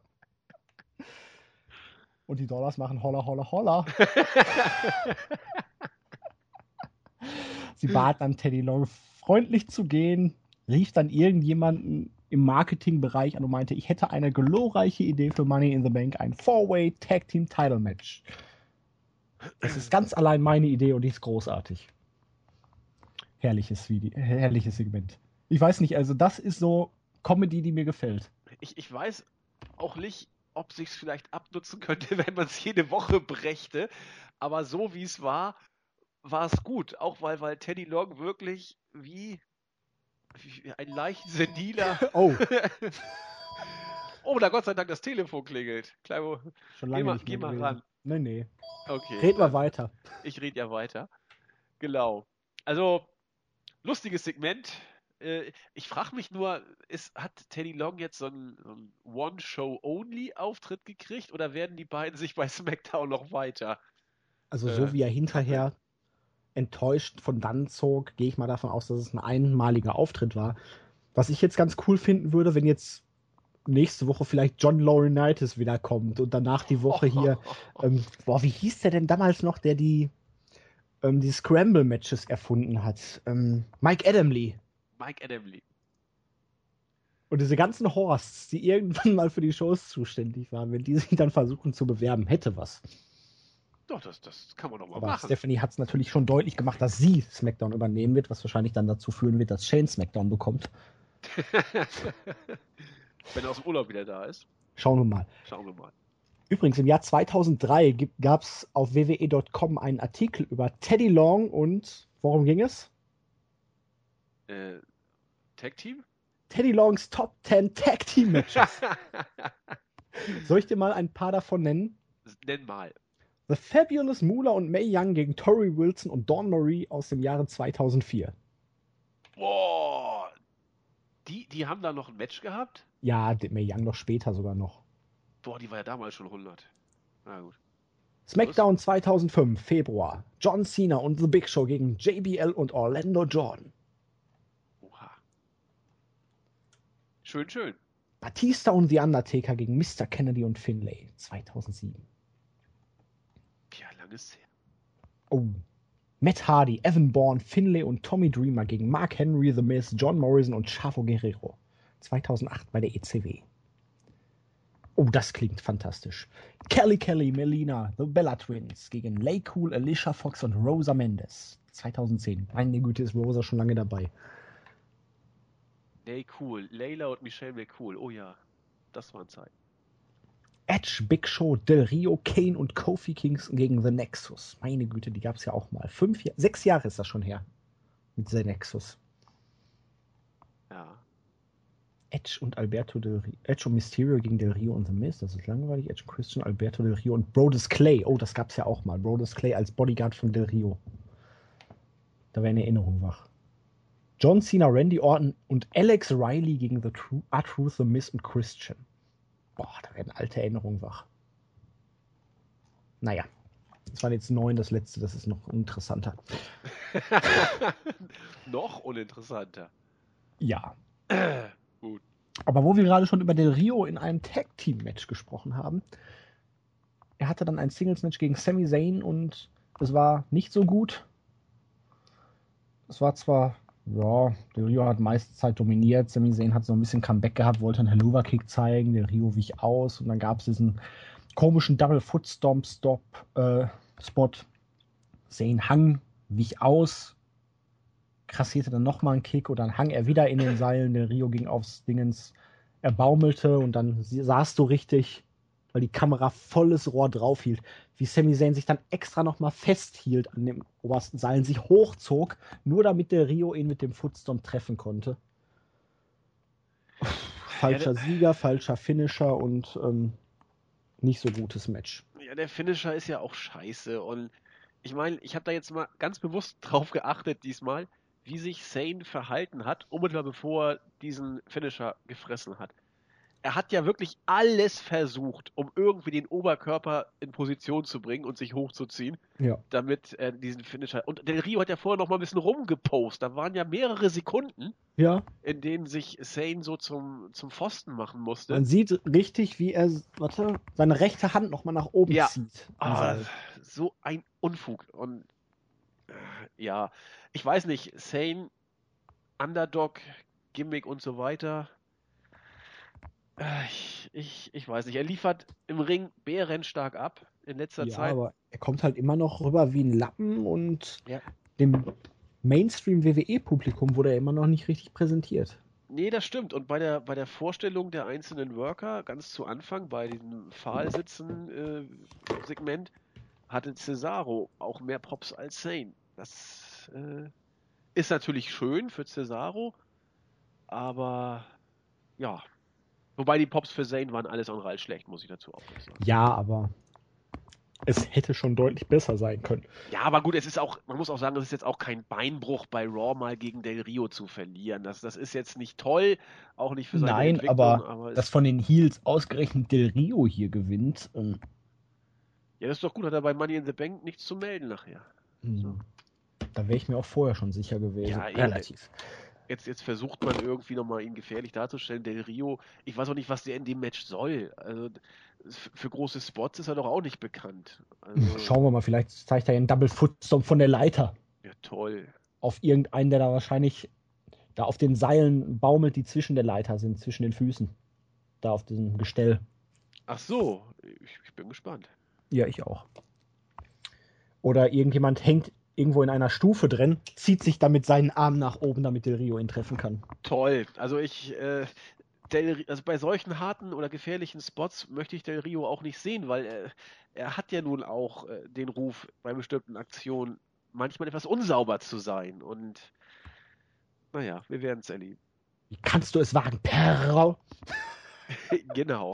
Und die Dollars machen Holla, Holla, Holla. Sie bat dann Teddy Long freundlich zu gehen, rief dann irgendjemanden im Marketingbereich an und meinte, ich hätte eine glorreiche Idee für Money in the Bank, ein 4-Way Tag Team Title Match. Es ist ganz allein meine Idee und die ist großartig. Herrliches Video, herrliches Segment. Ich weiß nicht, also das ist so Comedy, die mir gefällt. Ich weiß auch nicht, ob sich's vielleicht abnutzen könnte, wenn man es jede Woche brächte. Aber so wie es war es gut. Auch weil Teddy Long wirklich wie ein leicht seniler. Oh, Oh, da Gott sei Dank das Telefon klingelt. Kleimo, schon lange nicht geh mehr mal gewesen. ran. Nee. Okay, Red mal dann weiter. ich rede ja weiter. Genau. Also, lustiges Segment. Ich frage mich nur, hat Teddy Long jetzt so einen One-Show-Only-Auftritt gekriegt oder werden die beiden sich bei SmackDown noch weiter? Also Äh, so wie er kappeln. hinterher enttäuscht von dann zog, gehe ich mal davon aus, dass es ein einmaliger Auftritt war. Was ich jetzt ganz cool finden würde, wenn jetzt nächste Woche vielleicht John Laurinaitis wiederkommt und danach die Woche hier, wie hieß der denn damals noch, der die Scramble-Matches erfunden hat? Mike Adamle. Mike Adamle. Und diese ganzen Horsts, die irgendwann mal für die Shows zuständig waren, wenn die sich dann versuchen zu bewerben, hätte was. Doch, das kann man doch mal Aber machen. Stephanie hat es natürlich schon deutlich gemacht, dass sie SmackDown übernehmen wird, was wahrscheinlich dann dazu führen wird, dass Shane SmackDown bekommt. Wenn er aus dem Urlaub wieder da ist. Schauen wir mal. Schauen wir mal. Übrigens, im Jahr 2003 gab es auf WWE.com einen Artikel über Teddy Long und worum ging es? Tag Team? Teddy Longs Top 10 Tag Team Matches. Soll ich dir mal ein paar davon nennen? Nenn mal. The Fabulous Moolah und Mae Young gegen Tori Wilson und Dawn Marie aus dem Jahre 2004. Boah. Die haben da noch ein Match gehabt? Ja, Mae Young noch später sogar noch. Boah, die war ja damals schon 100. Na gut. SmackDown 2005, Februar. John Cena und The Big Show gegen JBL und Orlando Jordan. Oha. Schön. Batista und The Undertaker gegen Mr. Kennedy und Finlay, 2007. Ja, lang ist her. Oh. Matt Hardy, Evan Bourne, Finlay und Tommy Dreamer gegen Mark Henry, The Miz, John Morrison und Chavo Guerrero. 2008 bei der ECW. Oh, das klingt fantastisch. Kelly, Melina, The Bella Twins gegen Lay Cool, Alicia Fox und Rosa Mendes. 2010. Meine Güte, ist Rosa schon lange dabei. Cool. Layla und Michelle McCool. Oh ja, das waren Zeiten. Edge, Big Show, Del Rio, Kane und Kofi Kingston gegen The Nexus. Meine Güte, die gab es ja auch mal. 6 Jahre ist das schon her. Mit The Nexus. Ja. Edge und Mysterio gegen Del Rio und The Miz. Das ist langweilig. Edge und Christian, Alberto Del Rio und Brodus Clay. Oh, das gab es ja auch mal. Brodus Clay als Bodyguard von Del Rio. Da wäre eine Erinnerung wach. John Cena, Randy Orton und Alex Riley gegen The R-Truth, The Miz und Christian. Boah, da werden alte Erinnerungen wach. Naja, das waren jetzt 9, das letzte, das ist noch uninteressanter. Noch uninteressanter. Ja. Gut. Aber wo wir gerade schon über Del Rio in einem Tag-Team-Match gesprochen haben, er hatte dann ein Singles-Match gegen Sami Zayn und es war nicht so gut. Es war zwar, ja, Del Rio hat meiste Zeit dominiert, Sami Zayn hat so ein bisschen Comeback gehabt, wollte einen Helluva-Kick zeigen, Del Rio wich aus und dann gab es diesen komischen Double-Foot-Stomp-Spot. Zayn hang, wich aus, kassierte dann nochmal einen Kick und dann hang er wieder in den Seilen. Del Rio ging aufs Dingens, er baumelte und dann sahst du richtig, weil die Kamera volles Rohr drauf hielt, wie Sami Zayn sich dann extra nochmal festhielt an dem obersten Seilen, sich hochzog, nur damit Del Rio ihn mit dem Footstomp treffen konnte. Falscher Sieger, falscher Finisher und nicht so gutes Match. Ja, der Finisher ist ja auch scheiße. Und ich meine, ich habe da jetzt mal ganz bewusst drauf geachtet diesmal, wie sich Zayn verhalten hat, unmittelbar bevor er diesen Finisher gefressen hat. Er hat ja wirklich alles versucht, um irgendwie den Oberkörper in Position zu bringen und sich hochzuziehen, Ja. damit er diesen Finisher. Und Del Rio hat ja vorher noch mal ein bisschen rumgepost. Da waren ja mehrere Sekunden, Ja. in denen sich Zayn so zum Pfosten machen musste. Man sieht richtig, wie er, seine rechte Hand nochmal nach oben Ja. zieht. So ein Unfug. Und ja, ich weiß nicht, Zayn, Underdog, Gimmick und so weiter. Ich weiß nicht. Er liefert im Ring bärenstark ab in letzter Ja, Zeit. aber er kommt halt immer noch rüber wie ein Lappen und Ja. dem Mainstream-WWE-Publikum wurde er immer noch nicht richtig präsentiert. Nee, das stimmt. Und bei der Vorstellung der einzelnen Worker, ganz zu Anfang, bei diesem Pfahlsitzen-Segment, hatte Cesaro auch mehr Props als Zayn. Das ist natürlich schön für Cesaro, aber ja. Wobei die Pops für Zayn waren alles andere als schlecht, muss ich dazu auch noch sagen. Ja, aber es hätte schon deutlich besser sein können. Ja, aber gut, es ist auch, man muss auch sagen, es ist jetzt auch kein Beinbruch bei Raw mal gegen Del Rio zu verlieren. Das ist jetzt nicht toll, auch nicht für seine Nein, Entwicklung, aber aber dass es, von den Heels ausgerechnet Del Rio hier gewinnt, ja, das ist doch gut, hat er bei Money in the Bank nichts zu melden nachher. So. da wäre ich mir auch vorher schon sicher gewesen. Ja, Relativ. jetzt versucht man irgendwie nochmal ihn gefährlich darzustellen. Del Rio, ich weiß auch nicht, was der in dem Match soll. Also für große Spots ist er doch auch nicht bekannt. Also, Schauen wir mal, vielleicht zeigt er einen Double Footstomp von der Leiter ja, toll. auf irgendeinen, der da wahrscheinlich da auf den Seilen baumelt, die zwischen der Leiter sind, zwischen den Füßen. Da auf diesem Gestell. Ach so, ich bin gespannt. Ja, ich auch. Oder irgendjemand hängt irgendwo in einer Stufe drin, zieht sich damit seinen Arm nach oben, damit Del Rio ihn treffen kann. Toll. Also also bei solchen harten oder gefährlichen Spots möchte ich Del Rio auch nicht sehen, weil er hat ja nun auch den Ruf, bei bestimmten Aktionen manchmal etwas unsauber zu sein. Und naja, wir werden es erleben. Wie kannst du es wagen, Perro? Genau.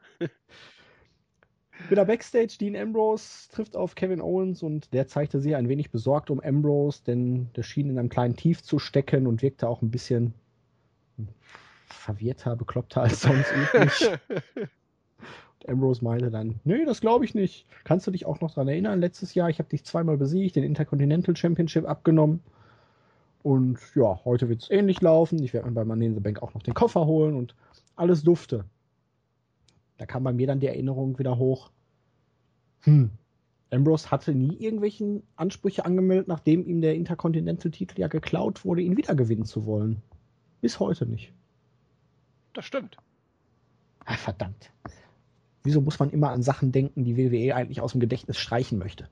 Wieder Backstage, Dean Ambrose trifft auf Kevin Owens und der zeigte sich ein wenig besorgt um Ambrose, denn der schien in einem kleinen Tief zu stecken und wirkte auch ein bisschen verwirrter, bekloppter als sonst üblich. Und Ambrose meinte dann, nee, das glaube ich nicht. Kannst du dich auch noch daran erinnern? Letztes Jahr, ich habe dich zweimal besiegt, den Intercontinental Championship abgenommen. Und ja, heute wird es ähnlich laufen. Ich werde mir bei Money in the Bank auch noch den Koffer holen und alles dufte. Da kam bei mir dann die Erinnerung wieder hoch. Ambrose hatte nie irgendwelchen Ansprüche angemeldet, nachdem ihm der Intercontinental-Titel ja geklaut wurde, ihn wieder gewinnen zu wollen. Bis heute nicht. Das stimmt. Ach, verdammt. Wieso muss man immer an Sachen denken, die WWE eigentlich aus dem Gedächtnis streichen möchte?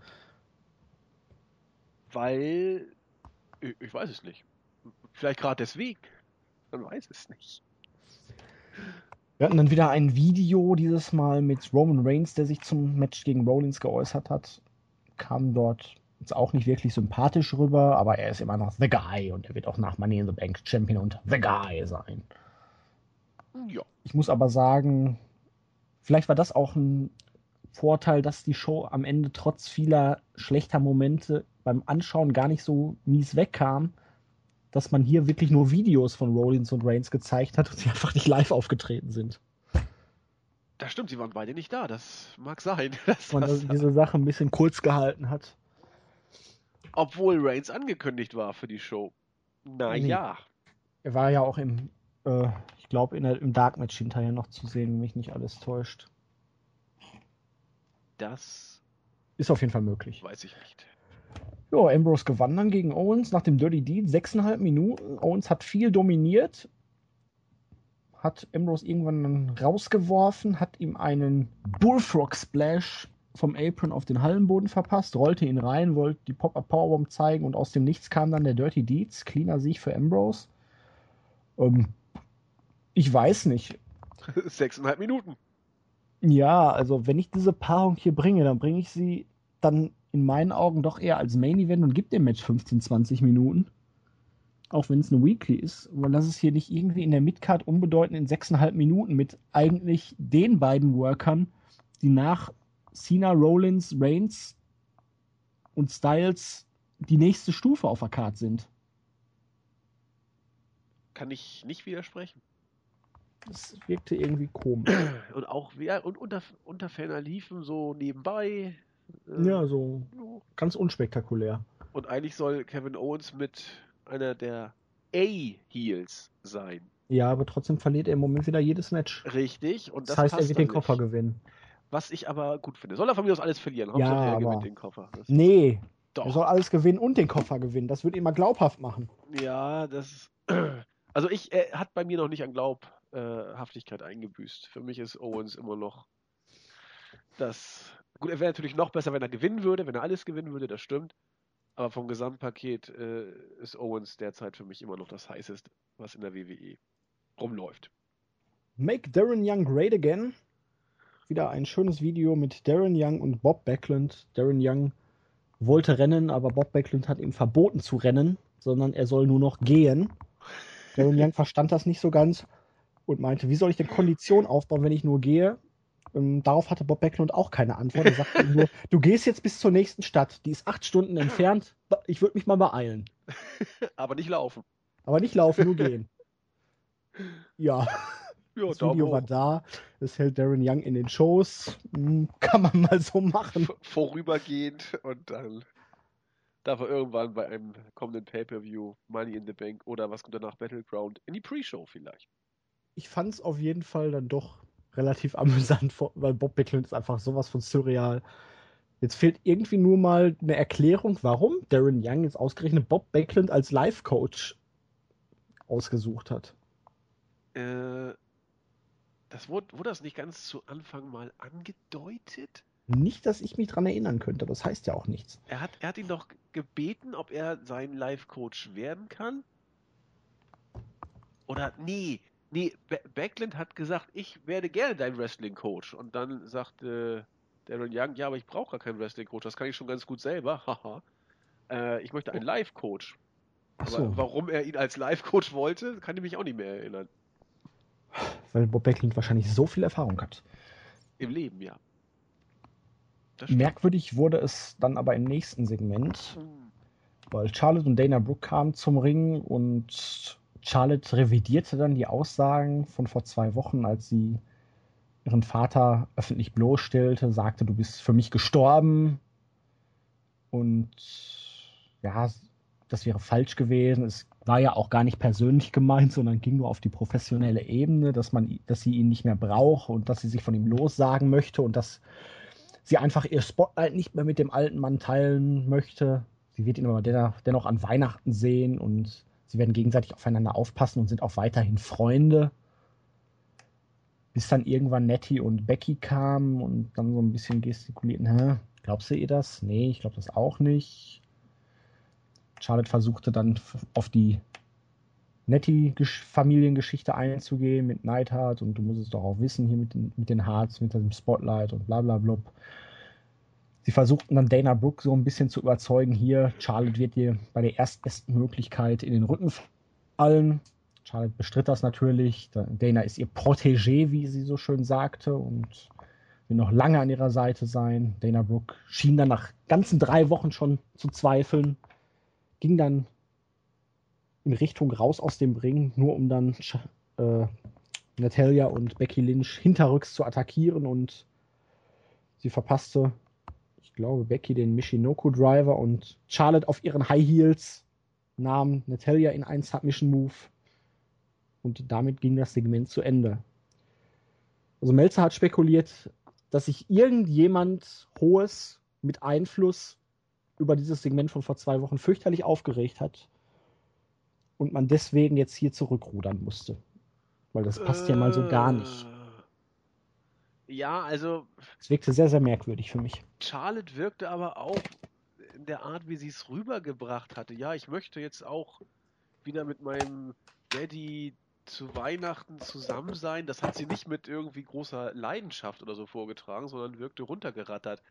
Weil, ich weiß es nicht. Vielleicht gerade deswegen. Man weiß es nicht. Wir hatten dann wieder ein Video, dieses Mal mit Roman Reigns, der sich zum Match gegen Rollins geäußert hat. Kam dort jetzt auch nicht wirklich sympathisch rüber, aber er ist immer noch The Guy und er wird auch nach Money in the Bank Champion und The Guy sein. Ja. Ich muss aber sagen, vielleicht war das auch ein Vorteil, dass die Show am Ende trotz vieler schlechter Momente beim Anschauen gar nicht so mies wegkam, dass man hier wirklich nur Videos von Rollins und Reigns gezeigt hat und sie einfach nicht live aufgetreten sind. Das stimmt, sie waren beide nicht da. Das mag sein. Dass Man das, diese Sache ein bisschen kurz gehalten hat. obwohl Reigns angekündigt war für die Show. Naja. Er war ja auch ich glaube, im Dark Match hinterher noch zu sehen, wenn mich nicht alles täuscht. Das Ist auf jeden Fall möglich. weiß ich nicht. Ja, Ambrose gewann dann gegen Owens nach dem Dirty Deed. 6,5 Minuten. Owens hat viel dominiert. Hat Ambrose irgendwann dann rausgeworfen, hat ihm einen Bullfrog Splash vom Apron auf den Hallenboden verpasst, rollte ihn rein, wollte die Pop-Up Powerbomb zeigen und aus dem Nichts kam dann der Dirty Deeds. Cleaner Sieg für Ambrose. Ich weiß nicht. 6,5 Minuten. Ja, also wenn ich diese Paarung hier bringe, dann bringe ich sie dann in meinen Augen doch eher als Main Event und gebe dem Match 15, 20 Minuten. Auch wenn es eine Weekly ist, weil das ist hier nicht irgendwie in der Midcard unbedeutend in 6,5 Minuten mit eigentlich den beiden Workern, die nach Cena, Rollins, Reigns und Styles die nächste Stufe auf der Card sind. Kann ich nicht widersprechen. Das wirkte irgendwie komisch. Und auch und unter ferner liefen so nebenbei. Ja, so ganz unspektakulär. Und eigentlich soll Kevin Owens mit einer der A-Heels sein. Ja, aber trotzdem verliert er im Moment wieder jedes Match. Richtig. Und Das das heißt, er passt wird dann den Koffer nicht. gewinnen. Was ich aber gut finde. Soll er von mir aus alles verlieren? Ja, Hauptsache er aber gewinnt den Koffer. nee, Doch. er soll alles gewinnen und den Koffer gewinnen. Das wird ihn mal glaubhaft machen. Ja, das. Also er hat bei mir noch nicht an Haftigkeit eingebüßt. Für mich ist Owens immer noch das. Gut, er wäre natürlich noch besser, wenn er gewinnen würde, wenn er alles gewinnen würde, das stimmt. Aber vom Gesamtpaket ist Owens derzeit für mich immer noch das heißeste, was in der WWE rumläuft. Make Darren Young Great Again. Wieder ein schönes Video mit Darren Young und Bob Backlund. Darren Young wollte rennen, aber Bob Backlund hat ihm verboten zu rennen, sondern er soll nur noch gehen. Darren Young verstand das nicht so ganz und meinte, wie soll ich denn Kondition aufbauen, wenn ich nur gehe? Darauf hatte Bob Backlund auch keine Antwort. Er sagte ihm nur, du gehst jetzt bis zur nächsten Stadt. Die ist 8 Stunden entfernt. Ich würde mich mal beeilen. Aber nicht laufen. Aber nicht laufen, nur gehen. Ja, das Video war hoch. da. Es hält Darren Young in den Shows. Kann man mal so machen. Vorübergehend und dann darf er irgendwann bei einem kommenden Pay-Per-View Money in the Bank oder was kommt danach, Battleground, in die Pre-Show vielleicht. Ich fand es auf jeden Fall dann doch relativ amüsant, weil Bob Backlund ist einfach sowas von surreal. Jetzt fehlt irgendwie nur mal eine Erklärung, warum Darren Young jetzt ausgerechnet Bob Backlund als Life-Coach ausgesucht hat. Das wurde das nicht ganz zu Anfang mal angedeutet? Nicht, dass ich mich dran erinnern könnte. Das heißt ja auch nichts. Er hat ihn doch gebeten, ob er sein Life-Coach werden kann? Oder nee, Backlund hat gesagt, ich werde gerne dein Wrestling-Coach. Und dann sagte Darren Young, ja, aber ich brauche gar keinen Wrestling-Coach, das kann ich schon ganz gut selber. Haha. Ich möchte einen Live-Coach. Ach Aber so. warum er ihn als Live-Coach wollte, kann ich mich auch nicht mehr erinnern. Weil Bob Backlund wahrscheinlich so viel Erfahrung hat. Im Leben, ja. Das stimmt. Merkwürdig wurde es dann aber im nächsten Segment, weil Charlotte und Dana Brooke kamen zum Ring und Charlotte revidierte dann die Aussagen von vor 2 Wochen, als sie ihren Vater öffentlich bloßstellte, sagte, du bist für mich gestorben. Und ja, das wäre falsch gewesen. Es war ja auch gar nicht persönlich gemeint, sondern ging nur auf die professionelle Ebene, dass sie ihn nicht mehr braucht und dass sie sich von ihm lossagen möchte und dass sie einfach ihr Spotlight nicht mehr mit dem alten Mann teilen möchte. Sie wird ihn aber dennoch an Weihnachten sehen und sie werden gegenseitig aufeinander aufpassen und sind auch weiterhin Freunde. Bis dann irgendwann Nettie und Becky kamen und dann so ein bisschen gestikulierten, glaubst du ihr das? Nee, ich glaube das auch nicht. Charlotte versuchte dann auf die Nettie-Familiengeschichte einzugehen mit Neidhart und du musst es doch auch wissen hier mit den Hearts, mit dem Spotlight und bla bla bla. Sie versuchten dann Dana Brooke so ein bisschen zu überzeugen, hier, Charlotte wird dir bei der erstbesten Möglichkeit in den Rücken fallen. Charlotte bestritt das natürlich. Dana ist ihr Protégé, wie sie so schön sagte, und will noch lange an ihrer Seite sein. Dana Brooke schien dann nach ganzen 3 Wochen schon zu zweifeln, ging dann in Richtung raus aus dem Ring, nur um dann Natalya und Becky Lynch hinterrücks zu attackieren, und sie verpasste, ich glaube, Becky den Michinoku Driver und Charlotte auf ihren High Heels nahm Natalya in einen Submission Move und damit ging das Segment zu Ende. Also Meltzer hat spekuliert, dass sich irgendjemand Hohes mit Einfluss über dieses Segment von vor 2 Wochen fürchterlich aufgeregt hat und man deswegen jetzt hier zurückrudern musste. Weil das passt ja mal so gar nicht. Ja, also Es wirkte sehr, sehr merkwürdig für mich. Charlotte wirkte aber auch in der Art, wie sie es rübergebracht hatte. Ja, ich möchte jetzt auch wieder mit meinem Daddy zu Weihnachten zusammen sein. Das hat sie nicht mit irgendwie großer Leidenschaft oder so vorgetragen, sondern wirkte runtergerattert.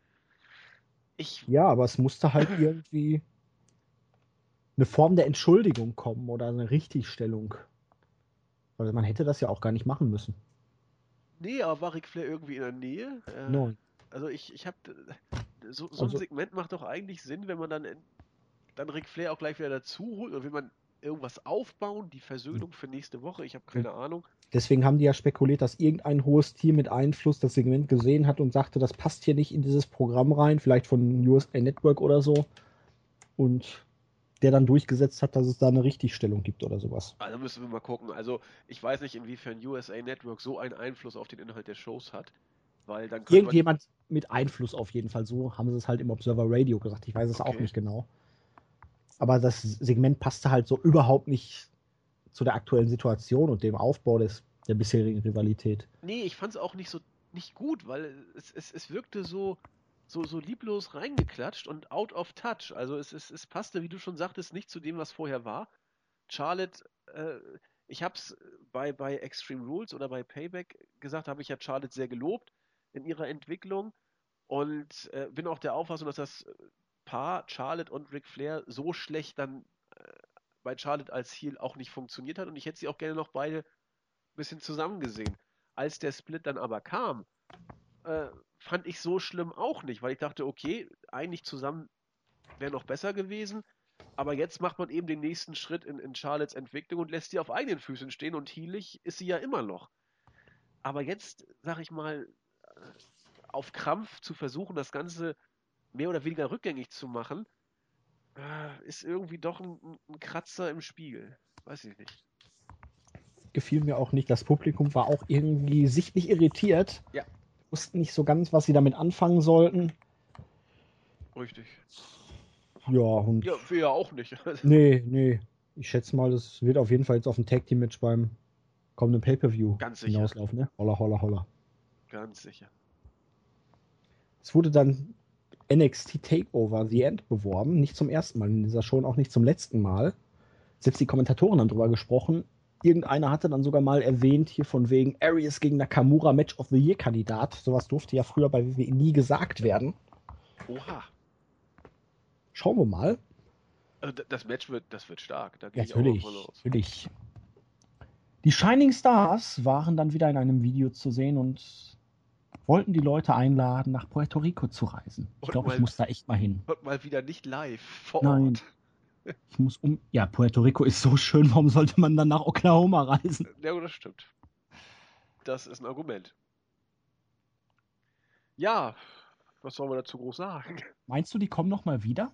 Ja, aber es musste halt irgendwie eine Form der Entschuldigung kommen oder eine Richtigstellung. Weil man hätte das ja auch gar nicht machen müssen. Nee, aber war Ric Flair irgendwie in der Nähe? Nein. Also ich habe so ein Also, Segment macht doch eigentlich Sinn, wenn man dann Ric Flair auch gleich wieder dazu holt, oder will man irgendwas aufbauen, die Versöhnung für nächste Woche, ich habe keine Ahnung. deswegen haben die ja spekuliert, dass irgendein hohes Tier mit Einfluss das Segment gesehen hat und sagte, das passt hier nicht in dieses Programm rein, vielleicht von USA Network oder so. Und der dann durchgesetzt hat, dass es da eine Richtigstellung gibt oder sowas. Also müssen wir mal gucken. Also ich weiß nicht, inwiefern USA Network so einen Einfluss auf den Inhalt der Shows hat, weil dann könnte man... Irgendjemand mit Einfluss auf jeden Fall. So haben sie es halt im Observer Radio gesagt. Ich weiß es auch nicht genau. Aber das Segment passte halt so überhaupt nicht zu der aktuellen Situation und dem Aufbau der der bisherigen Rivalität. Nee, ich fand es auch nicht gut, weil es wirkte so lieblos reingeklatscht und out of touch. Also es passte, wie du schon sagtest, nicht zu dem, was vorher war. Charlotte, ich hab's bei Extreme Rules oder bei Payback gesagt, habe ich ja Charlotte sehr gelobt in ihrer Entwicklung und bin auch der Auffassung, dass das Paar Charlotte und Ric Flair so schlecht dann bei Charlotte als Heel auch nicht funktioniert hat und ich hätte sie auch gerne noch beide ein bisschen zusammen gesehen. Als der Split dann aber kam, äh, fand ich so schlimm auch nicht, weil ich dachte, okay, eigentlich zusammen wäre noch besser gewesen, aber jetzt macht man eben den nächsten Schritt in Charlottes Entwicklung und lässt sie auf eigenen Füßen stehen und heelig ist sie ja immer noch. Aber jetzt, sag ich mal, auf Krampf zu versuchen, das Ganze mehr oder weniger rückgängig zu machen, ist irgendwie doch ein Kratzer im Spiegel. Weiß ich nicht. Gefiel mir auch nicht. Das Publikum war auch irgendwie sichtlich irritiert. Ja, Wussten nicht so ganz, was sie damit anfangen sollten. richtig. Ja, und. Ja, wir ja auch nicht. Nee. Ich schätze mal, das wird auf jeden Fall jetzt auf ein Tag-Team-Match beim kommenden Pay-Per-View Ganz sicher. hinauslaufen, ne? Holla, holla, holla. Ganz sicher. Es wurde dann NXT Takeover The End beworben. Nicht zum ersten Mal in dieser Show und auch nicht zum letzten Mal. Selbst die Kommentatoren haben drüber gesprochen. Irgendeiner hatte dann sogar mal erwähnt, hier von wegen Arias gegen Nakamura Match of the Year Kandidat. Sowas durfte ja früher bei WWE nie gesagt werden. Oha. Schauen wir mal. Also das wird stark. Da Ja, gehe ich auch mal von aus. natürlich. Die Shining Stars waren dann wieder in einem Video zu sehen und wollten die Leute einladen, nach Puerto Rico zu reisen. Ich glaube, ich muss da echt mal hin. Und mal wieder nicht live vor Nein. Ort. Ich muss Ja, Puerto Rico ist so schön, warum sollte man dann nach Oklahoma reisen? Ja, das stimmt. Das ist ein Argument. Ja, was soll man dazu groß sagen? Meinst du, die kommen noch mal wieder?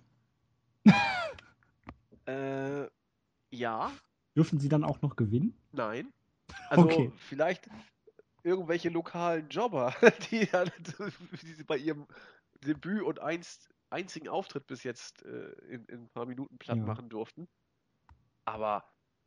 Ja, Dürfen sie dann auch noch gewinnen? nein. Also Okay. vielleicht irgendwelche lokalen Jobber, die sie bei ihrem Debüt und einzigen Auftritt bis jetzt in ein paar Minuten platt machen durften. Aber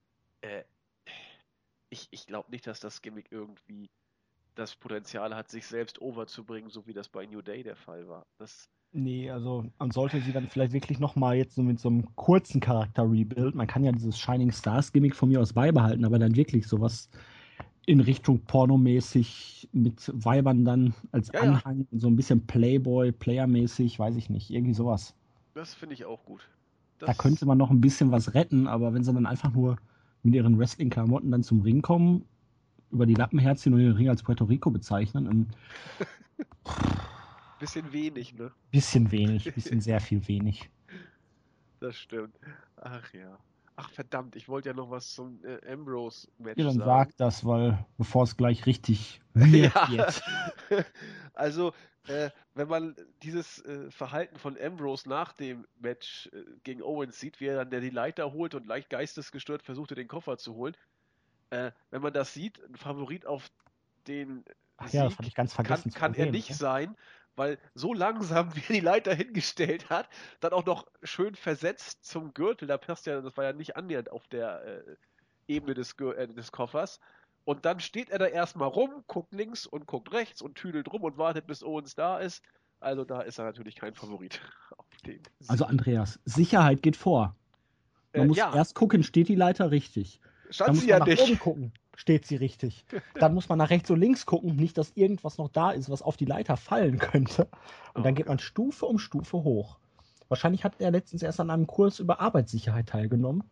ich glaube nicht, dass das Gimmick irgendwie das Potenzial hat, sich selbst overzubringen, so wie das bei New Day der Fall war. Nee, also man sollte sie dann vielleicht wirklich noch mal jetzt so mit so einem kurzen Charakter-Rebuild, man kann ja dieses Shining Stars-Gimmick von mir aus beibehalten, aber dann wirklich sowas in Richtung pornomäßig mit Weibern dann als Anhang, so ein bisschen Playboy, Player-mäßig, weiß ich nicht, irgendwie sowas. Das finde ich auch gut. Da könnte man noch ein bisschen was retten, aber wenn sie dann einfach nur mit ihren Wrestling-Klamotten dann zum Ring kommen, über die Lappen herziehen und den Ring als Puerto Rico bezeichnen, bisschen wenig, ne? Bisschen sehr viel wenig. Das stimmt. Ach ja. Ach verdammt, ich wollte ja noch was zum Ambrose-Match Ja, dann sagen. sag das, weil bevor es gleich richtig wird. Also, wenn man dieses Verhalten von Ambrose nach dem Match gegen Owens sieht, wie er dann die Leiter holt und leicht geistesgestört versuchte, den Koffer zu holen, wenn man das sieht, ein Favorit auf den Sieg, das hatte ich ganz vergessen kann er nicht sein, weil so langsam, wie er die Leiter hingestellt hat, dann auch noch schön versetzt zum Gürtel, das war ja nicht annähernd auf der Ebene des Koffers. Und dann steht er da erstmal rum, guckt links und guckt rechts und tüdelt rum und wartet, bis Owens da ist. Also da ist er natürlich kein Favorit auf den Sieg. Also Andreas, Sicherheit geht vor. Man muss erst gucken, steht die Leiter richtig. Dann muss man nach oben gucken, steht sie richtig. Dann muss man nach rechts und links gucken, nicht, dass irgendwas noch da ist, was auf die Leiter fallen könnte. Und dann geht man Stufe um Stufe hoch. Wahrscheinlich hat er letztens erst an einem Kurs über Arbeitssicherheit teilgenommen.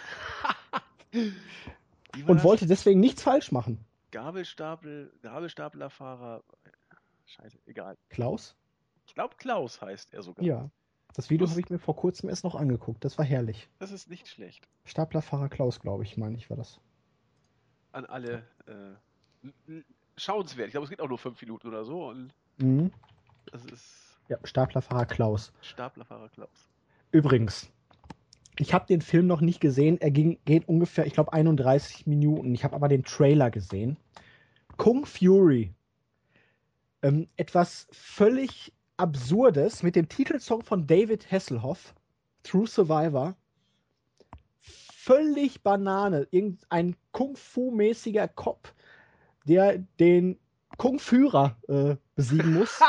Und wollte deswegen nichts falsch machen. Gabelstaplerfahrer. Scheiße, egal. Klaus? Ich glaube, Klaus heißt er sogar. Ja. Das Video habe ich mir vor kurzem erst noch angeguckt. Das war herrlich. Das ist nicht schlecht. Staplerfahrer Klaus, glaube ich, meine ich, war das. An alle schauenswert. Ich glaube, es geht auch nur 5 Minuten oder so. Und das ist. Ja, Staplerfahrer Klaus. Staplerfahrer Klaus. Übrigens, ich habe den Film noch nicht gesehen. Er geht ungefähr, ich glaube, 31 Minuten. Ich habe aber den Trailer gesehen. Kung Fury. Etwas völlig Absurdes mit dem Titelsong von David Hasselhoff, True Survivor. Völlig Banane. Irgendein Kung-Fu-mäßiger Cop der den Kung-Führer besiegen muss.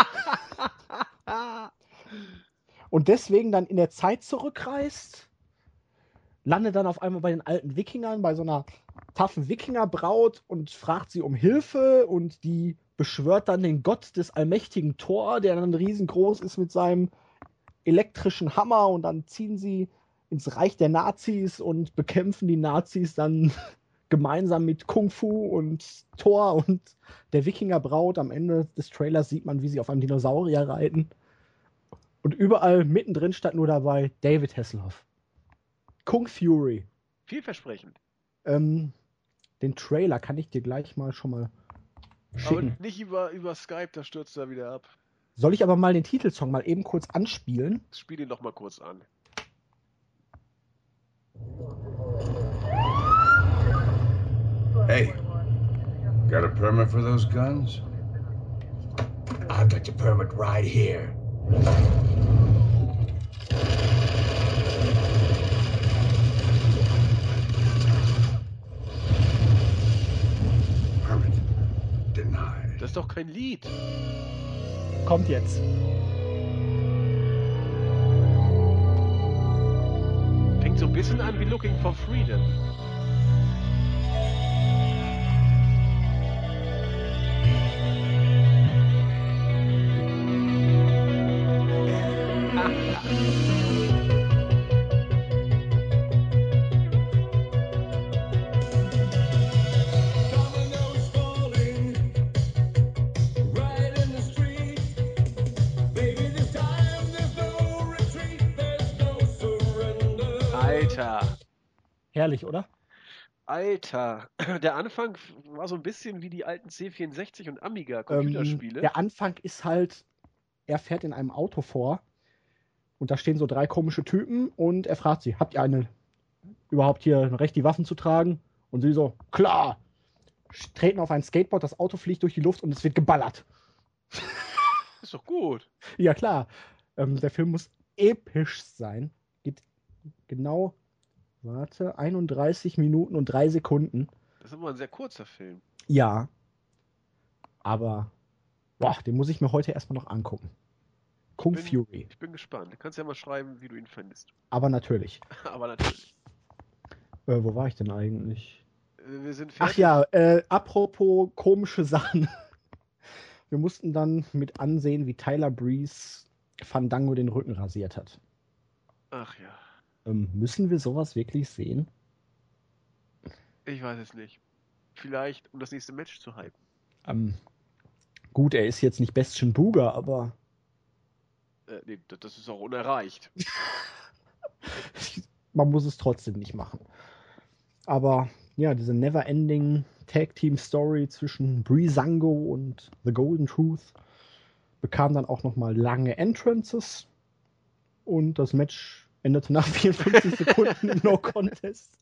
Und deswegen dann in der Zeit zurückreist, landet dann auf einmal bei den alten Wikingern, bei so einer taffen Wikingerbraut und fragt sie um Hilfe und die beschwört dann den Gott des allmächtigen Thor, der dann riesengroß ist mit seinem elektrischen Hammer und dann ziehen sie ins Reich der Nazis und bekämpfen die Nazis dann gemeinsam mit Kung Fu und Thor und der Wikingerbraut. Am Ende des Trailers sieht man, wie sie auf einem Dinosaurier reiten. Und überall mittendrin stand nur dabei David Hasselhoff. Kung Fury. Vielversprechend. Den Trailer kann ich dir gleich mal schon mal schicken. Aber nicht über Skype, da stürzt er wieder ab. Soll ich aber mal den Titelsong mal eben kurz anspielen? Spiel ihn doch mal kurz an. Hey, got a permit for those guns? I've got your permit right here. Permit denied. Das ist doch kein Lied. Kommt jetzt. Fängt so ein bisschen an wie Looking for Freedom. Alter. Herrlich, oder? Alter. Der Anfang war so ein bisschen wie die alten C64 und Amiga Computerspiele. Der Anfang ist halt, er fährt in einem Auto vor und da stehen so 3 komische Typen und er fragt sie, habt ihr überhaupt hier ein Recht, die Waffen zu tragen? Und sie so, klar! Treten auf ein Skateboard, das Auto fliegt durch die Luft und es wird geballert. Ist doch gut. Ja, klar. Der Film muss episch sein. Geht genau, 31 Minuten und 3 Sekunden. Das ist immer ein sehr kurzer Film. Ja. Aber, den muss ich mir heute erstmal noch angucken. Kung Fury. Ich bin gespannt. Du kannst ja mal schreiben, wie du ihn findest. Aber natürlich. Aber natürlich. Wo war ich denn eigentlich? Wir sind fertig. Ach ja, apropos komische Sachen. Wir mussten dann mit ansehen, wie Tyler Breeze Fandango den Rücken rasiert hat. Ach ja. Müssen wir sowas wirklich sehen? Ich weiß es nicht. Vielleicht, um das nächste Match zu hypen. Gut, er ist jetzt nicht Bastian Booger, aber Nee, das ist auch unerreicht. man muss es trotzdem nicht machen. Aber ja, diese Never-Ending Tag-Team-Story zwischen Breezango und The Golden Truth bekam dann auch nochmal lange Entrances und das Match endete nach 54 Sekunden im No-Contest.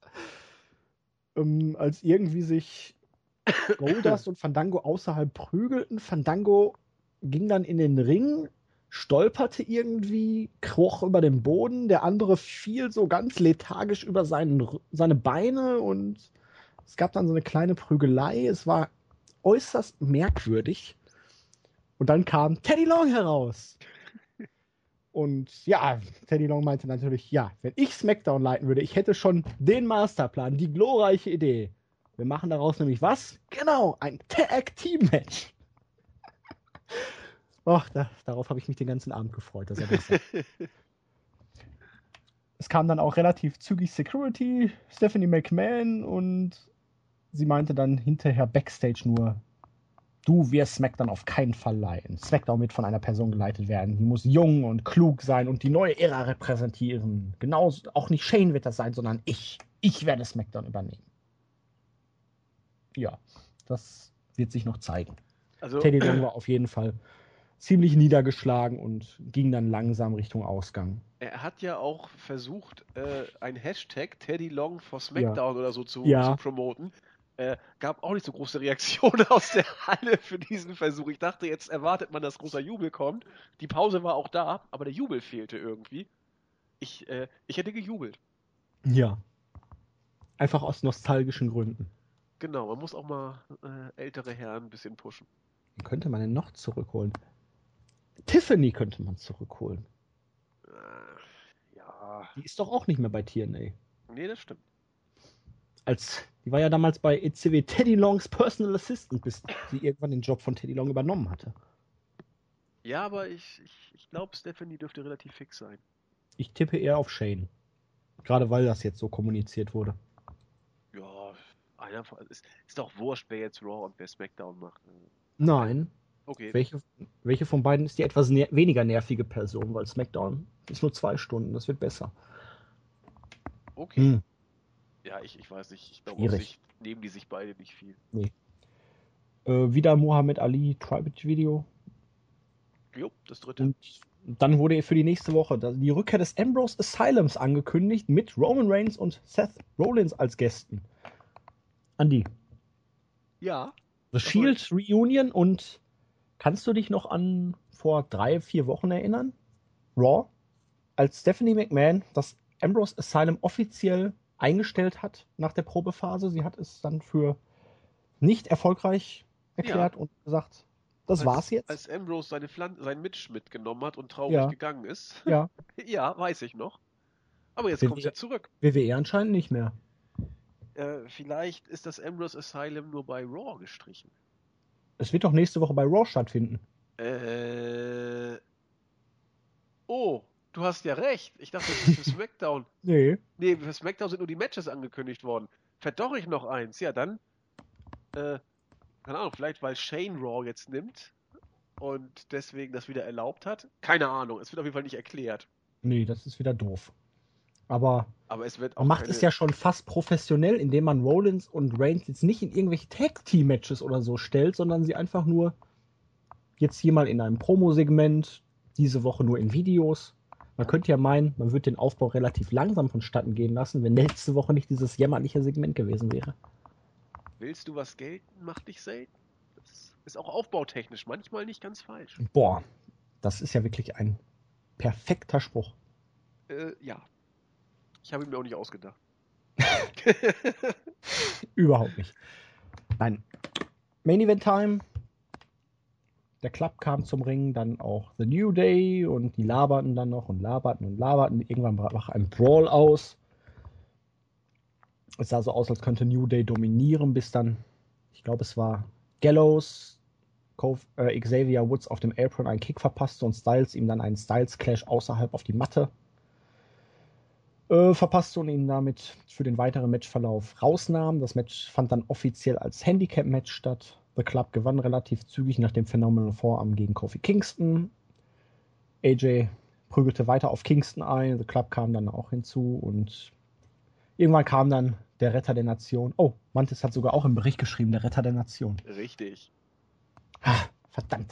Als irgendwie sich Goldust und Fandango außerhalb prügelten. Fandango ging dann in den Ring, stolperte irgendwie, kroch über den Boden, der andere fiel so ganz lethargisch über seine Beine und es gab dann so eine kleine Prügelei. Es war äußerst merkwürdig. Und dann kam Teddy Long heraus. Und ja, Teddy Long meinte natürlich, ja, wenn ich SmackDown leiten würde, ich hätte schon den Masterplan, die glorreiche Idee. Wir machen daraus nämlich was? Genau, ein Tag-Team-Match. Darauf habe ich mich den ganzen Abend gefreut. Dass er das sagt. Es kam dann auch relativ zügig Security, Stephanie McMahon, und sie meinte dann hinterher Backstage nur, du wirst SmackDown auf keinen Fall leiten. SmackDown wird von einer Person geleitet werden. Die muss jung und klug sein und die neue Ära repräsentieren. Genauso, auch nicht Shane wird das sein, sondern ich. Ich werde SmackDown übernehmen. Ja, das wird sich noch zeigen. Also, Teddy Long war auf jeden Fall ziemlich niedergeschlagen und ging dann langsam Richtung Ausgang. er hat ja auch versucht, ein Hashtag Teddy Long for SmackDown oder so zu promoten. Gab auch nicht so große Reaktionen aus der Halle für diesen Versuch. Ich dachte, jetzt erwartet man, dass großer Jubel kommt. Die Pause war auch da, aber der Jubel fehlte irgendwie. Ich hätte gejubelt. Ja. Einfach aus nostalgischen Gründen. Genau, man muss auch mal ältere Herren ein bisschen pushen. Wen könnte man denn noch zurückholen? Tiffany könnte man zurückholen. Ja, Die ist doch auch nicht mehr bei TNA. nee, das stimmt. Die war ja damals bei ECW Teddy Longs Personal Assistant, bis sie irgendwann den Job von Teddy Long übernommen hatte. Ja, aber ich glaube, Stephanie dürfte relativ fix sein. Ich tippe eher auf Shane. Gerade weil das jetzt so kommuniziert wurde. Ja, ist doch wurscht, wer jetzt Raw und wer SmackDown macht. Nein. Okay, Welche von beiden ist die etwas weniger nervige Person? Weil SmackDown ist nur 2 Stunden, das wird besser. okay. Ja, ich weiß nicht. Ich glaube, auf Schwierig. sich nehmen die sich beide nicht viel. Nee. Wieder Muhammad Ali Tribute Video. Jo, das dritte. Und dann wurde für die nächste Woche die Rückkehr des Ambrose Asylums angekündigt mit Roman Reigns und Seth Rollins als Gästen. Andy. Ja. The Shield Reunion und kannst du dich noch an vor 3-4 Wochen erinnern? Raw, als Stephanie McMahon das Ambrose Asylum offiziell eingestellt hat nach der Probephase. Sie hat es dann für nicht erfolgreich erklärt und gesagt, das war's jetzt. Als Ambrose sein Mitch mitgenommen hat und traurig gegangen ist. Ja. Ja, weiß ich noch. Aber jetzt kommt sie zurück. WWE anscheinend nicht mehr. Vielleicht ist das Ambrose Asylum nur bei Raw gestrichen. Es wird doch nächste Woche bei Raw stattfinden. Oh, du hast ja recht. Ich dachte, das ist für SmackDown. Nee, für SmackDown sind nur die Matches angekündigt worden. Verdorre ich noch eins. Ja, dann, keine Ahnung, vielleicht weil Shane Raw jetzt nimmt und deswegen das wieder erlaubt hat. Keine Ahnung, es wird auf jeden Fall nicht erklärt. Nee, das ist wieder doof. Aber es wird auch man macht es ja schon fast professionell, indem man Rollins und Reigns jetzt nicht in irgendwelche Tag-Team-Matches oder so stellt, sondern sie einfach nur jetzt hier mal in einem Promo-Segment, diese Woche nur in Videos. Man könnte ja meinen, man würde den Aufbau relativ langsam vonstatten gehen lassen, wenn letzte Woche nicht dieses jämmerliche Segment gewesen wäre. Willst du was gelten, macht dich selten. Das ist auch aufbautechnisch manchmal nicht ganz falsch. Boah, das ist ja wirklich ein perfekter Spruch. Ja. Ich habe ihn mir auch nicht ausgedacht. Überhaupt nicht. Nein. Main Event Time. Der Club kam zum Ring, dann auch The New Day und die laberten dann noch und laberten und laberten. Irgendwann brach ein Brawl aus. Es sah so aus, als könnte New Day dominieren, bis dann, ich glaube, es war Gallows, Xavier Woods auf dem Apron einen Kick verpasste und Styles ihm dann einen Styles Clash außerhalb auf die Matte verpasste und ihn damit für den weiteren Matchverlauf rausnahm. Das Match fand dann offiziell als Handicap-Match statt. The Club gewann relativ zügig nach dem Phenomenal Forearm gegen Kofi Kingston. AJ prügelte weiter auf Kingston ein. The Club kam dann auch hinzu und irgendwann kam dann der Retter der Nation. Oh, Mantis hat sogar auch im Bericht geschrieben, der Retter der Nation. Richtig. Verdammt.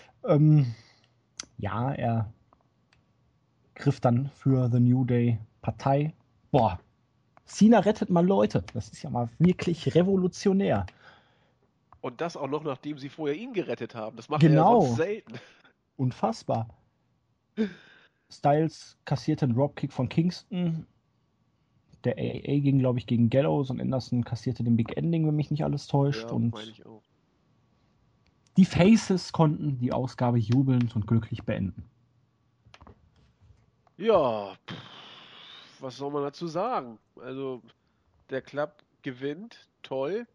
Ja, er griff dann für The New Day Partei. Boah, Cena rettet mal Leute. Das ist ja mal wirklich revolutionär. Und das auch noch, nachdem sie vorher ihn gerettet haben. Das macht Genau. er ja sonst selten. Unfassbar. Styles kassierte einen Dropkick von Kingston. Der AA ging, glaube ich, gegen Gallows und Anderson kassierte den Big Ending, wenn mich nicht alles täuscht. Ja, und meine ich auch. Die Faces konnten die Ausgabe jubelnd und glücklich beenden. Ja, was soll man dazu sagen? Also, der Club gewinnt, toll.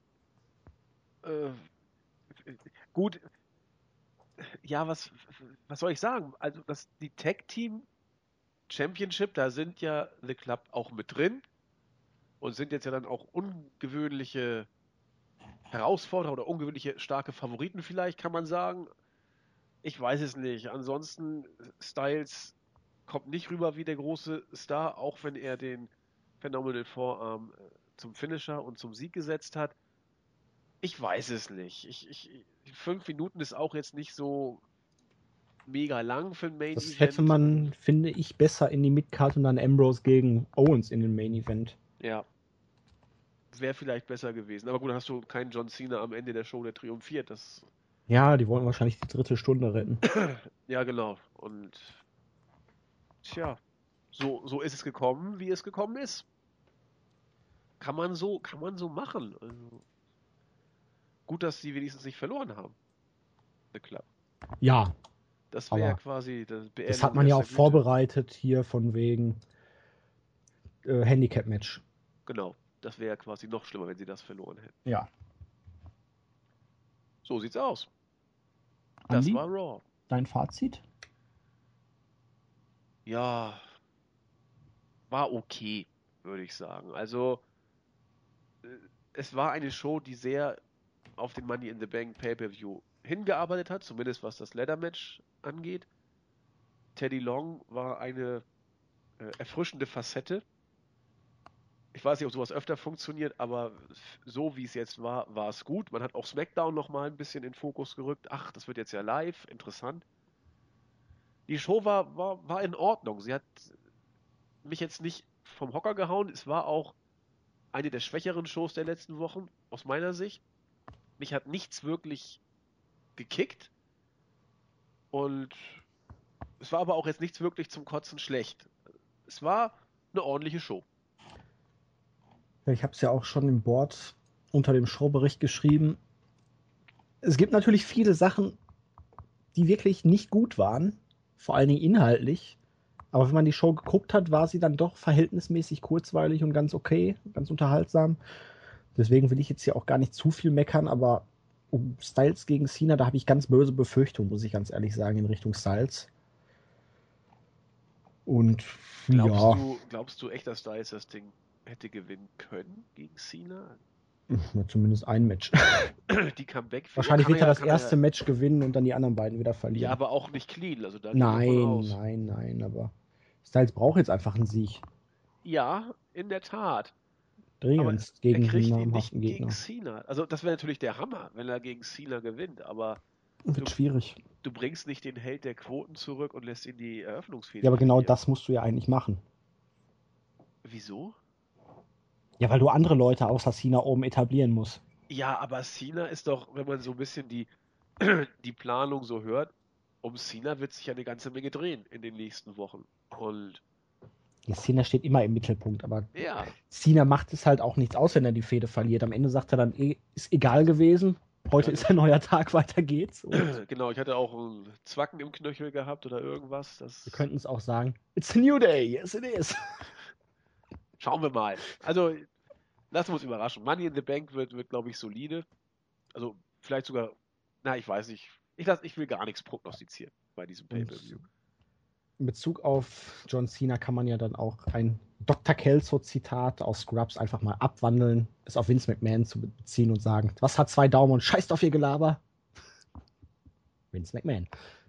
Gut, ja, was soll ich sagen? Also, die Tag Team Championship, da sind ja The Club auch mit drin und sind jetzt ja dann auch ungewöhnliche Herausforderer oder ungewöhnliche starke Favoriten vielleicht, kann man sagen. Ich weiß es nicht. Ansonsten, Styles kommt nicht rüber wie der große Star, auch wenn er den Phenomenal Forearm zum Finisher und zum Sieg gesetzt hat. Ich weiß es nicht. 5 Minuten ist auch jetzt nicht so mega lang für ein Main Event. Das hätte man, finde ich, besser in die Midcard und dann Ambrose gegen Owens in den Main Event. Ja. Wäre vielleicht besser gewesen. Aber gut, dann hast du keinen John Cena am Ende der Show, der triumphiert. Ja, die wollen wahrscheinlich die 3. Stunde retten. Ja, genau. Und tja, so ist es gekommen, wie es gekommen ist. Kann man so machen. Also, Gut, dass sie wenigstens nicht verloren haben. The Club. Ja, Das wäre ja Aber quasi das das hat man ja auch vorbereitet hier von wegen Handicap-Match. Genau. Das wäre ja quasi noch schlimmer, wenn sie das verloren hätten. Ja. So sieht's aus. Andi, Das war Raw. dein Fazit? Ja, war okay, würde ich sagen. Also, es war eine Show, die sehr auf den Money in the Bank Pay-Per-View hingearbeitet hat, zumindest was das Ladder-Match angeht. Teddy Long war eine erfrischende Facette. Ich weiß nicht, ob sowas öfter funktioniert, aber so wie es jetzt war, war es gut. Man hat auch SmackDown nochmal ein bisschen in den Fokus gerückt. Ach, das wird jetzt ja live, interessant. Die Show war in Ordnung. Sie hat mich jetzt nicht vom Hocker gehauen. Es war auch eine der schwächeren Shows der letzten Wochen, aus meiner Sicht. Mich hat nichts wirklich gekickt. Und es war aber auch jetzt nichts wirklich zum Kotzen schlecht. Es war eine ordentliche Show. Ja, ich habe es ja auch schon im Board unter dem Showbericht geschrieben. Es gibt natürlich viele Sachen, die wirklich nicht gut waren, vor allen Dingen inhaltlich. Aber wenn man die Show geguckt hat, war sie dann doch verhältnismäßig kurzweilig und ganz okay, ganz unterhaltsam. Deswegen will ich jetzt hier auch gar nicht zu viel meckern, aber um Styles gegen Cena, da habe ich ganz böse Befürchtungen, muss ich ganz ehrlich sagen, in Richtung Styles. Und Glaubst du echt, dass Styles das Ding hätte gewinnen können gegen Cena? Zumindest ein Match. Die Comeback. Wahrscheinlich wird er das erste Match gewinnen und dann die anderen beiden wieder verlieren. Ja, aber auch nicht clean. Also da gehe ich davon aus. Nein, aber Styles braucht jetzt einfach einen Sieg. Ja, in der Tat. Dringend gegen einen namhaften Gegner. Gegen Cena. Also das wäre natürlich der Hammer, wenn er gegen Cena gewinnt, aber wird schwierig. Du bringst nicht den Held der Quoten zurück und lässt ihn die Eröffnungsfehde. Ja, aber genau das musst du ja eigentlich machen. Wieso? Ja, weil du andere Leute außer Cena oben etablieren musst. Ja, aber Cena ist doch, wenn man so ein bisschen die Planung so hört, um Cena wird sich ja eine ganze Menge drehen in den nächsten Wochen. Und ja, Cena steht immer im Mittelpunkt, aber ja. Cena macht es halt auch nichts aus, wenn er die Fehde verliert. Am Ende sagt er dann, ist egal gewesen, heute ist ein neuer Tag, weiter geht's. Und genau, ich hatte auch einen Zwacken im Knöchel gehabt oder irgendwas. Wir könnten es auch sagen, it's a new day, yes it is. Schauen wir mal. Also, lassen wir uns überraschen. Money in the Bank wird glaube ich, solide. Also, vielleicht sogar, ich weiß nicht. Ich will gar nichts prognostizieren bei diesem Pay-Per-View. In Bezug auf John Cena kann man ja dann auch ein Dr. Kelso-Zitat aus Scrubs einfach mal abwandeln, es auf Vince McMahon zu beziehen und sagen, was hat 2 Daumen und scheißt auf ihr Gelaber? Vince McMahon.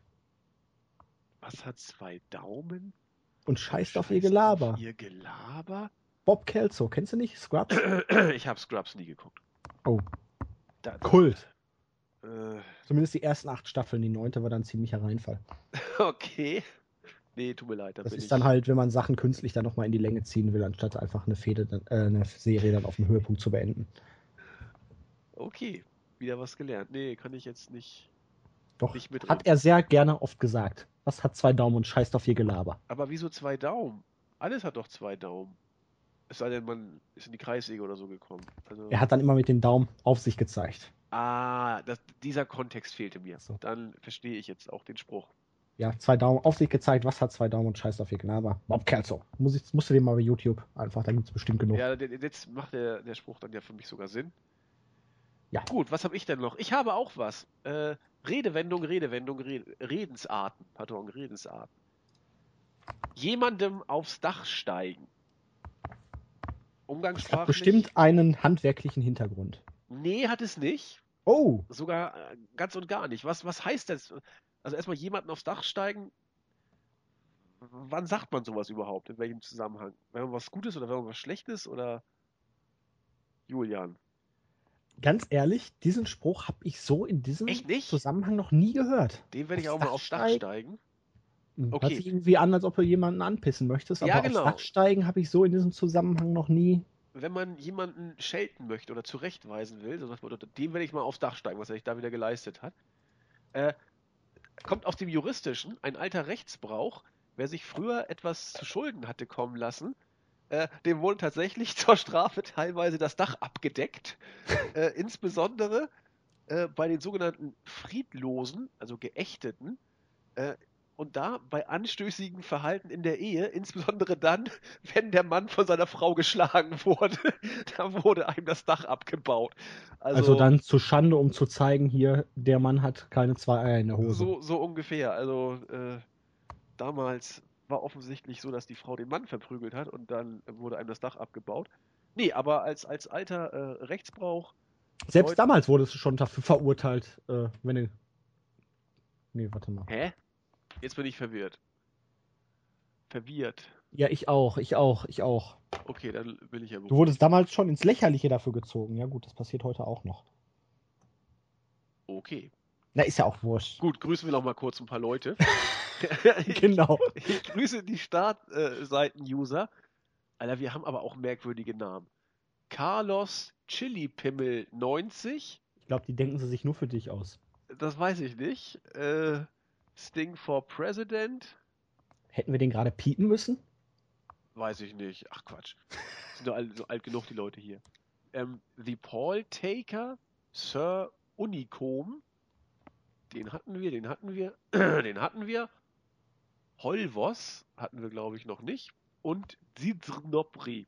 Was hat 2 Daumen? Und scheißt auf ihr Gelaber. Auf ihr Gelaber? Bob Kelso, kennst du nicht? Scrubs? Ich habe Scrubs nie geguckt. Oh. Kult. Zumindest die ersten 8 Staffeln, die 9. war dann ein ziemlicher Reinfall. Okay. Nee, tut mir leid. Das ist dann halt, wenn man Sachen künstlich dann nochmal in die Länge ziehen will, anstatt einfach eine Serie dann auf dem Höhepunkt zu beenden. Okay, wieder was gelernt. Nee, kann ich jetzt nicht. Doch, nicht mitreden. Hat er sehr gerne oft gesagt. Was hat 2 Daumen und scheißt auf ihr Gelaber? Aber wieso 2 Daumen? Alles hat doch 2 Daumen. Es sei denn, man ist in die Kreissäge oder so gekommen. Also Er hat dann immer mit den Daumen auf sich gezeigt. Dieser Kontext fehlte mir. So. Dann verstehe ich jetzt auch den Spruch. Ja, 2 Daumen auf sich gezeigt. Was hat 2 Daumen und scheißt auf ihr Gelaber? Bob Kelso. Musst du den mal bei YouTube einfach, da gibt es bestimmt genug. Ja, jetzt macht der Spruch dann ja für mich sogar Sinn. Ja. Gut, was habe ich denn noch? Ich habe auch was. Redensarten. Jemandem aufs Dach steigen. Das Umgangssprachlich. hat bestimmt einen handwerklichen Hintergrund. Nee, hat es nicht. Oh! Sogar ganz und gar nicht. Was heißt das? Also erstmal jemanden aufs Dach steigen. Wann sagt man sowas überhaupt? In welchem Zusammenhang? Wenn man was Gutes oder wenn man was Schlechtes? Oder Julian? Ganz ehrlich, diesen Spruch habe ich so in diesem Echt nicht? Zusammenhang noch nie gehört. Den werde ich auch mal aufs Dach steigen. Hört sich irgendwie an, als ob du jemanden anpissen möchtest, aber Ja, genau. aufs Dach steigen habe ich so in diesem Zusammenhang noch nie. Wenn man jemanden schelten möchte oder zurechtweisen will, so nach dem Motto, dem werde ich mal aufs Dach steigen, was er sich da wieder geleistet hat, kommt aus dem Juristischen ein alter Rechtsbrauch. Wer sich früher etwas zu Schulden hatte kommen lassen, dem wurde tatsächlich zur Strafe teilweise das Dach abgedeckt. Insbesondere bei den sogenannten Friedlosen, also Geächteten, und da bei anstößigem Verhalten in der Ehe, insbesondere dann, wenn der Mann von seiner Frau geschlagen wurde, da wurde einem das Dach abgebaut. Also dann zu Schande, um zu zeigen, hier, der Mann hat keine 2 Eier in der Hose. so ungefähr. Also damals war offensichtlich so, dass die Frau den Mann verprügelt hat und dann wurde einem das Dach abgebaut. Nee, aber als alter Rechtsbrauch. Selbst damals wurdest du schon dafür verurteilt, wenn du... Nee, warte mal. Hä? Jetzt bin ich verwirrt. Ja, ich auch. Okay, dann bin ich ja Du wurdest damals schon ins Lächerliche dafür gezogen. Ja gut, das passiert heute auch noch. Okay. Na, ist ja auch wurscht. Gut, grüßen wir noch mal kurz ein paar Leute. Genau. Ich grüße die Startseiten-User. Alter, wir haben aber auch merkwürdige Namen. Carlos Chili-Pimmel 90. Ich glaube, die denken sie sich nur für dich aus. Das weiß ich nicht. Sting for President. Hätten wir den gerade piepen müssen? Weiß ich nicht. Ach Quatsch. Sind doch so alt genug, die Leute hier. The Paul Taker, Sir Unicom. Den hatten wir. Holvos hatten wir, glaube ich, noch nicht. Und Ziendopri.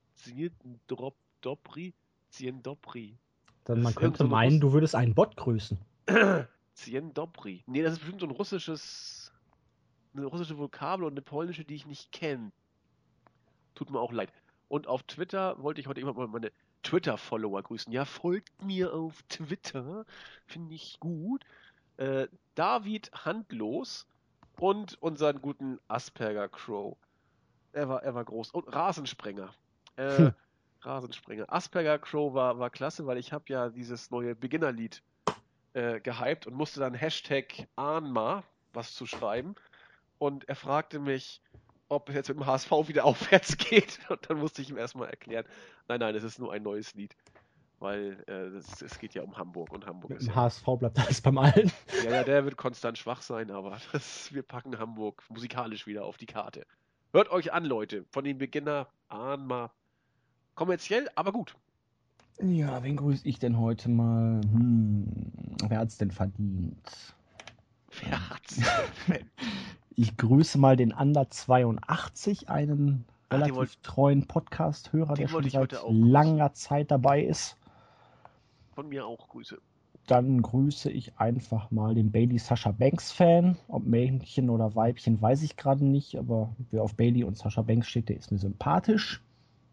Dann man könnte meinen, du würdest einen Bot grüßen. Ziendopri. Nee, das ist bestimmt so ein eine russische Vokabel und eine polnische, die ich nicht kenne. Tut mir auch leid. Und auf Twitter wollte ich heute immer mal meine Twitter-Follower grüßen. Ja, folgt mir auf Twitter. Finde ich gut. David Handlos und unseren guten Asperger Crow. Er war groß. Und Rasensprenger. Rasensprenger. Asperger Crow war klasse, weil ich habe ja dieses neue Beginnerlied gehypt und musste dann Hashtag Ahnma was zu schreiben. Und er fragte mich, ob es jetzt mit dem HSV wieder aufwärts geht. Und dann musste ich ihm erstmal erklären, nein, es ist nur ein neues Lied. Weil es geht ja um Hamburg und Hamburg Mit ist dem ja... HSV bleibt alles beim Alten. Ja, der wird konstant schwach sein, aber wir packen Hamburg musikalisch wieder auf die Karte. Hört euch an, Leute. Von den Beginner Ahnma. Kommerziell, aber gut. Ja, wen grüße ich denn heute mal? Wer hat's denn verdient? Wer hat's denn verdient? Ich grüße mal den Under 82, einen relativ treuen Podcast-Hörer, der schon seit langer Zeit dabei ist. Von mir auch Grüße. Dann grüße ich einfach mal den Bailey Sasha Banks Fan. Ob Männchen oder Weibchen, weiß ich gerade nicht, aber wer auf Bailey und Sasha Banks steht, der ist mir sympathisch.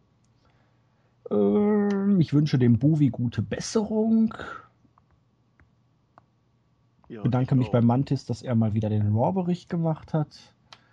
Ich wünsche dem Buvi gute Besserung. Ja, bedanke mich bei Mantis, dass er mal wieder den Raw-Bericht gemacht hat.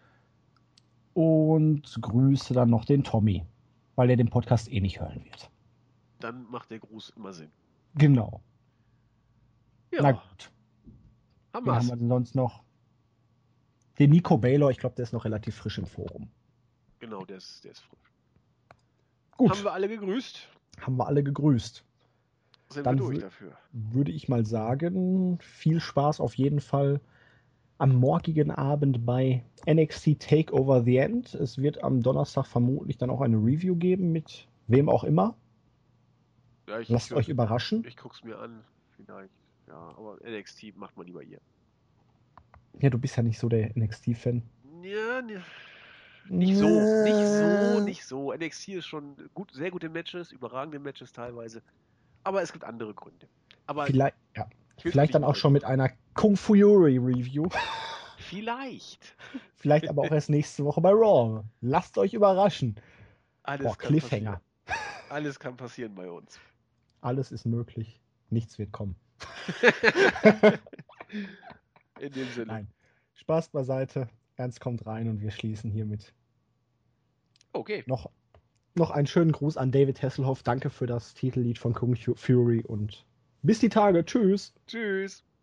Und grüße dann noch den Tommy, weil er den Podcast eh nicht hören wird. Dann macht der Gruß immer Sinn. Genau. Ja. Na gut. Wen haben wir denn sonst noch? Den Nico Baylor, ich glaube, der ist noch relativ frisch im Forum. Genau, der ist frisch. Gut. Haben wir alle gegrüßt? Sind Dann wir durch dafür. Würde ich mal sagen, viel Spaß auf jeden Fall am morgigen Abend bei NXT TakeOver The End. Es wird am Donnerstag vermutlich dann auch eine Review geben mit wem auch immer. Ja, Lasst euch überraschen. Ich guck's mir an, vielleicht. Ja, aber NXT macht man lieber ihr. Ja, du bist ja nicht so der NXT-Fan. Ja, nicht so. NXT ist schon sehr gute Matches, überragende Matches teilweise. Aber es gibt andere Gründe. Aber vielleicht dann auch schon mit einer Kung Fury Review. Vielleicht aber auch erst nächste Woche bei Raw. Lasst euch überraschen. Cliffhanger. Alles kann passieren bei uns. Alles ist möglich. Nichts wird kommen. In dem Sinne. Nein. Spaß beiseite. Ernst kommt rein und wir schließen hiermit. Okay. Noch einen schönen Gruß an David Hasselhoff. Danke für das Titellied von Kung Fury und bis die Tage. Tschüss. Tschüss.